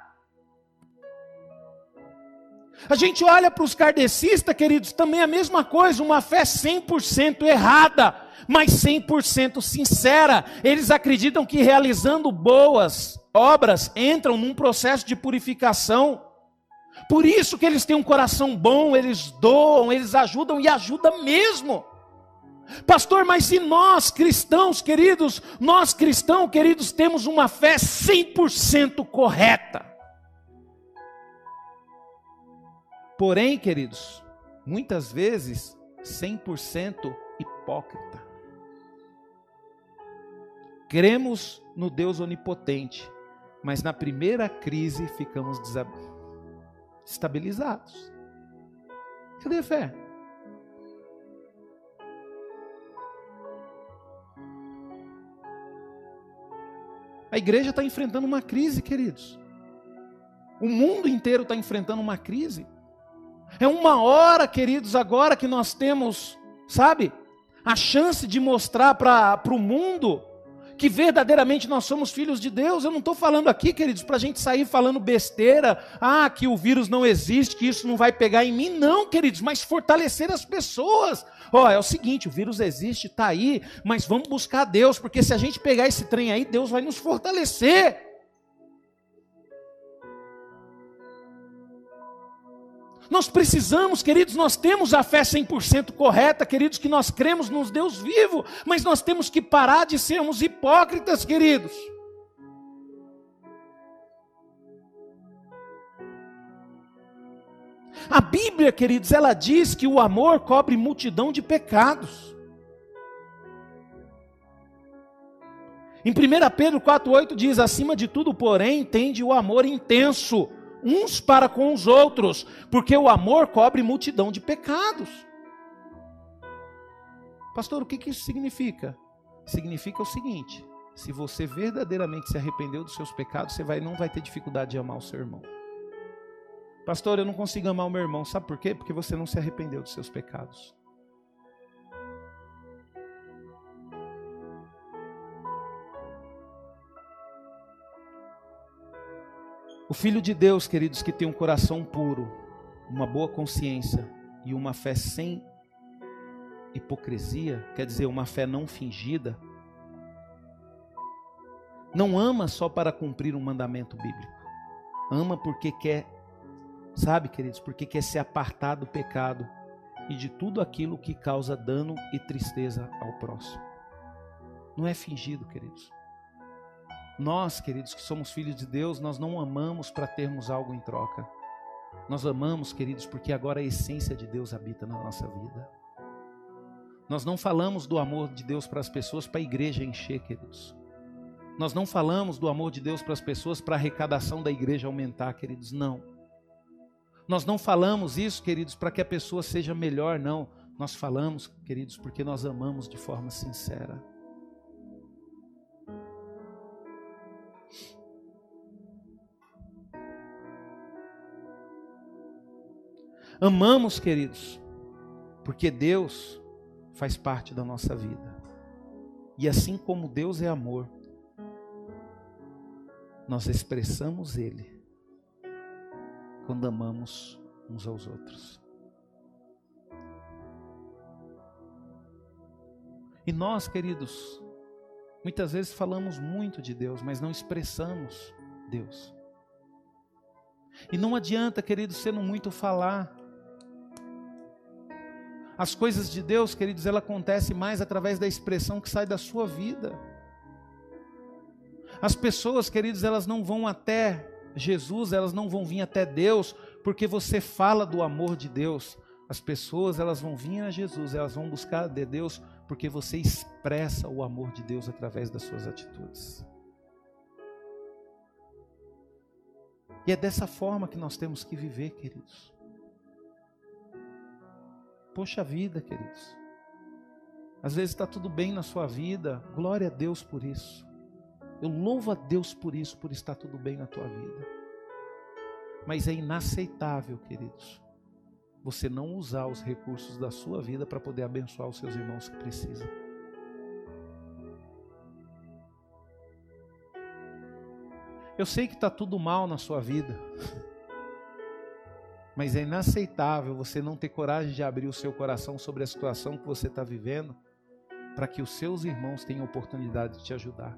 A gente olha para os kardecistas, queridos, também a mesma coisa, uma fé cem por cento errada, mas cem por cento sincera. Eles acreditam que realizando boas obras entram num processo de purificação. Por isso que eles têm um coração bom, eles doam, eles ajudam e ajudam mesmo. Pastor, mas e nós cristãos, queridos? Nós cristãos, queridos, temos uma fé cem por cento correta. Porém, queridos, muitas vezes cem por cento hipócrita. Cremos no Deus onipotente, mas na primeira crise ficamos desestabilizados. Cadê a fé? A igreja está enfrentando uma crise, queridos. O mundo inteiro está enfrentando uma crise. É uma hora, queridos, agora que nós temos, sabe, a chance de mostrar para o mundo que verdadeiramente nós somos filhos de Deus. Eu não estou falando aqui, queridos, para a gente sair falando besteira, ah, que o vírus não existe, que isso não vai pegar em mim. Não, queridos, mas fortalecer as pessoas. Ó, oh, é o seguinte, o vírus existe, está aí, mas vamos buscar Deus, porque se a gente pegar esse trem aí, Deus vai nos fortalecer. Nós precisamos, queridos, nós temos a fé cem por cento correta, queridos, que nós cremos nos Deus vivo, mas nós temos que parar de sermos hipócritas, queridos. A Bíblia, queridos, ela diz que o amor cobre multidão de pecados. Em primeira Pedro quatro, oito diz, acima de tudo, porém, tende o amor intenso, uns para com os outros, porque o amor cobre multidão de pecados. Pastor, o que que isso significa? Significa o seguinte, se você verdadeiramente se arrependeu dos seus pecados, você vai, não vai ter dificuldade de amar o seu irmão. Pastor, eu não consigo amar o meu irmão, sabe por quê? Porque você não se arrependeu dos seus pecados. O Filho de Deus, queridos, que tem um coração puro, uma boa consciência e uma fé sem hipocrisia, quer dizer, uma fé não fingida, não ama só para cumprir um mandamento bíblico, ama porque quer, sabe, queridos, porque quer se apartar do pecado e de tudo aquilo que causa dano e tristeza ao próximo. Não é fingido, queridos. Nós, queridos, que somos filhos de Deus, nós não amamos para termos algo em troca. Nós amamos, queridos, porque agora a essência de Deus habita na nossa vida. Nós não falamos do amor de Deus para as pessoas para a igreja encher, queridos. Nós não falamos do amor de Deus para as pessoas para a arrecadação da igreja aumentar, queridos, não. Nós não falamos isso, queridos, para que a pessoa seja melhor, não. Nós falamos, queridos, porque nós amamos de forma sincera. Amamos, queridos, porque Deus faz parte da nossa vida. E assim como Deus é amor, nós expressamos Ele quando amamos uns aos outros. E nós, queridos, muitas vezes falamos muito de Deus, mas não expressamos Deus. E não adianta, queridos, ser no muito falar. As coisas de Deus, queridos, ela acontece mais através da expressão que sai da sua vida. As pessoas, queridos, elas não vão até Jesus, elas não vão vir até Deus, porque você fala do amor de Deus. As pessoas, elas vão vir a Jesus, elas vão buscar de Deus, porque você expressa o amor de Deus através das suas atitudes. E é dessa forma que nós temos que viver, queridos. Poxa vida, queridos. Às vezes está tudo bem na sua vida, glória a Deus por isso. Eu louvo a Deus por isso, por estar tudo bem na tua vida. Mas é inaceitável, queridos, você não usar os recursos da sua vida para poder abençoar os seus irmãos que precisam. Eu sei que está tudo mal na sua vida, mas é inaceitável você não ter coragem de abrir o seu coração sobre a situação que você está vivendo, para que os seus irmãos tenham oportunidade de te ajudar.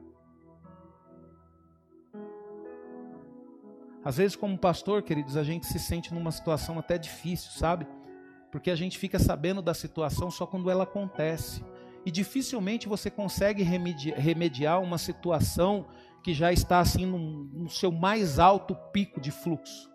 Às vezes, como pastor, queridos, a gente se sente numa situação até difícil, sabe? Porque a gente fica sabendo da situação só quando ela acontece. E dificilmente você consegue remediar, remediar uma situação que já está assim no, no seu mais alto pico de fluxo.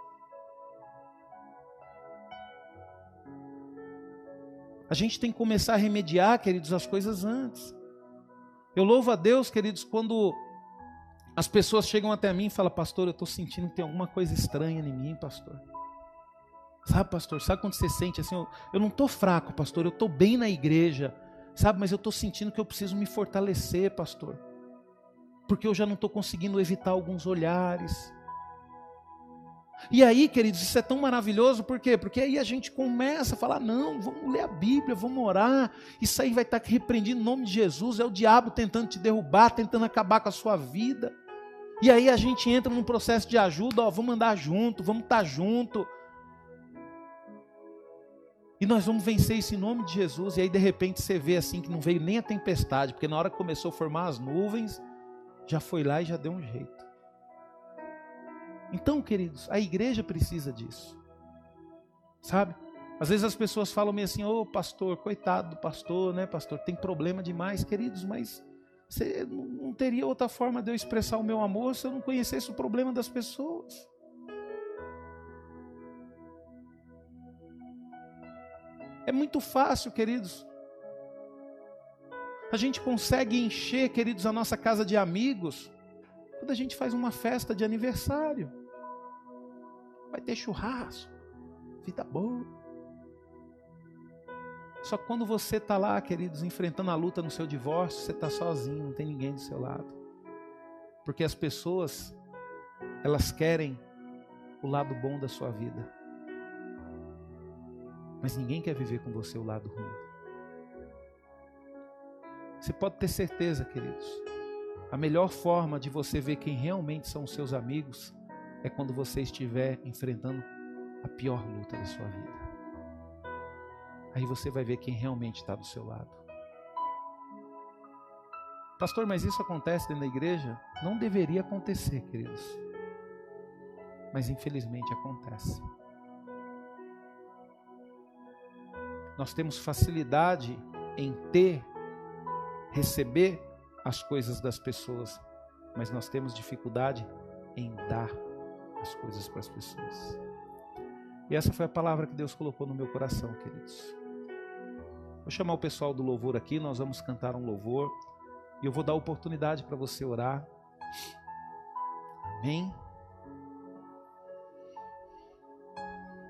A gente tem que começar a remediar, queridos, as coisas antes. Eu louvo a Deus, queridos, quando as pessoas chegam até mim e falam: pastor, eu estou sentindo que tem alguma coisa estranha em mim, pastor. Sabe, pastor, sabe quando você sente assim, eu, eu não estou fraco, pastor, eu estou bem na igreja, sabe, mas eu estou sentindo que eu preciso me fortalecer, pastor, porque eu já não estou conseguindo evitar alguns olhares. E aí, queridos, isso é tão maravilhoso, por quê? Porque aí a gente começa a falar: não, vamos ler a Bíblia, vamos orar, isso aí vai estar repreendido em nome de Jesus, é o diabo tentando te derrubar, tentando acabar com a sua vida. E aí a gente entra num processo de ajuda, ó, vamos andar junto, vamos estar junto. E nós vamos vencer isso em nome de Jesus. E aí de repente você vê assim que não veio nem a tempestade, porque na hora que começou a formar as nuvens, já foi lá e já deu um jeito. Então, queridos, a igreja precisa disso, sabe? Às vezes as pessoas falam meio assim: ô pastor, coitado do pastor, né pastor, tem problema demais. Queridos, mas você não teria outra forma de eu expressar o meu amor se eu não conhecesse o problema das pessoas. É muito fácil, queridos. A gente consegue encher, queridos, a nossa casa de amigos quando a gente faz uma festa de aniversário. Vai ter churrasco, vida boa. Só que quando você está lá, queridos, enfrentando a luta no seu divórcio, você está sozinho, não tem ninguém do seu lado. Porque as pessoas, elas querem o lado bom da sua vida. Mas ninguém quer viver com você o lado ruim. Você pode ter certeza, queridos, a melhor forma de você ver quem realmente são os seus amigos é quando você estiver enfrentando a pior luta da sua vida. Aí você vai ver quem realmente está do seu lado. Pastor, mas isso acontece dentro da igreja? Não deveria acontecer, queridos. Mas infelizmente acontece. Nós temos facilidade em ter, receber as coisas das pessoas, mas nós temos dificuldade em dar as coisas para as pessoas. E essa foi a palavra que Deus colocou no meu coração, queridos. Vou chamar o pessoal do louvor aqui, nós vamos cantar um louvor, e eu vou dar oportunidade para você orar. Amém?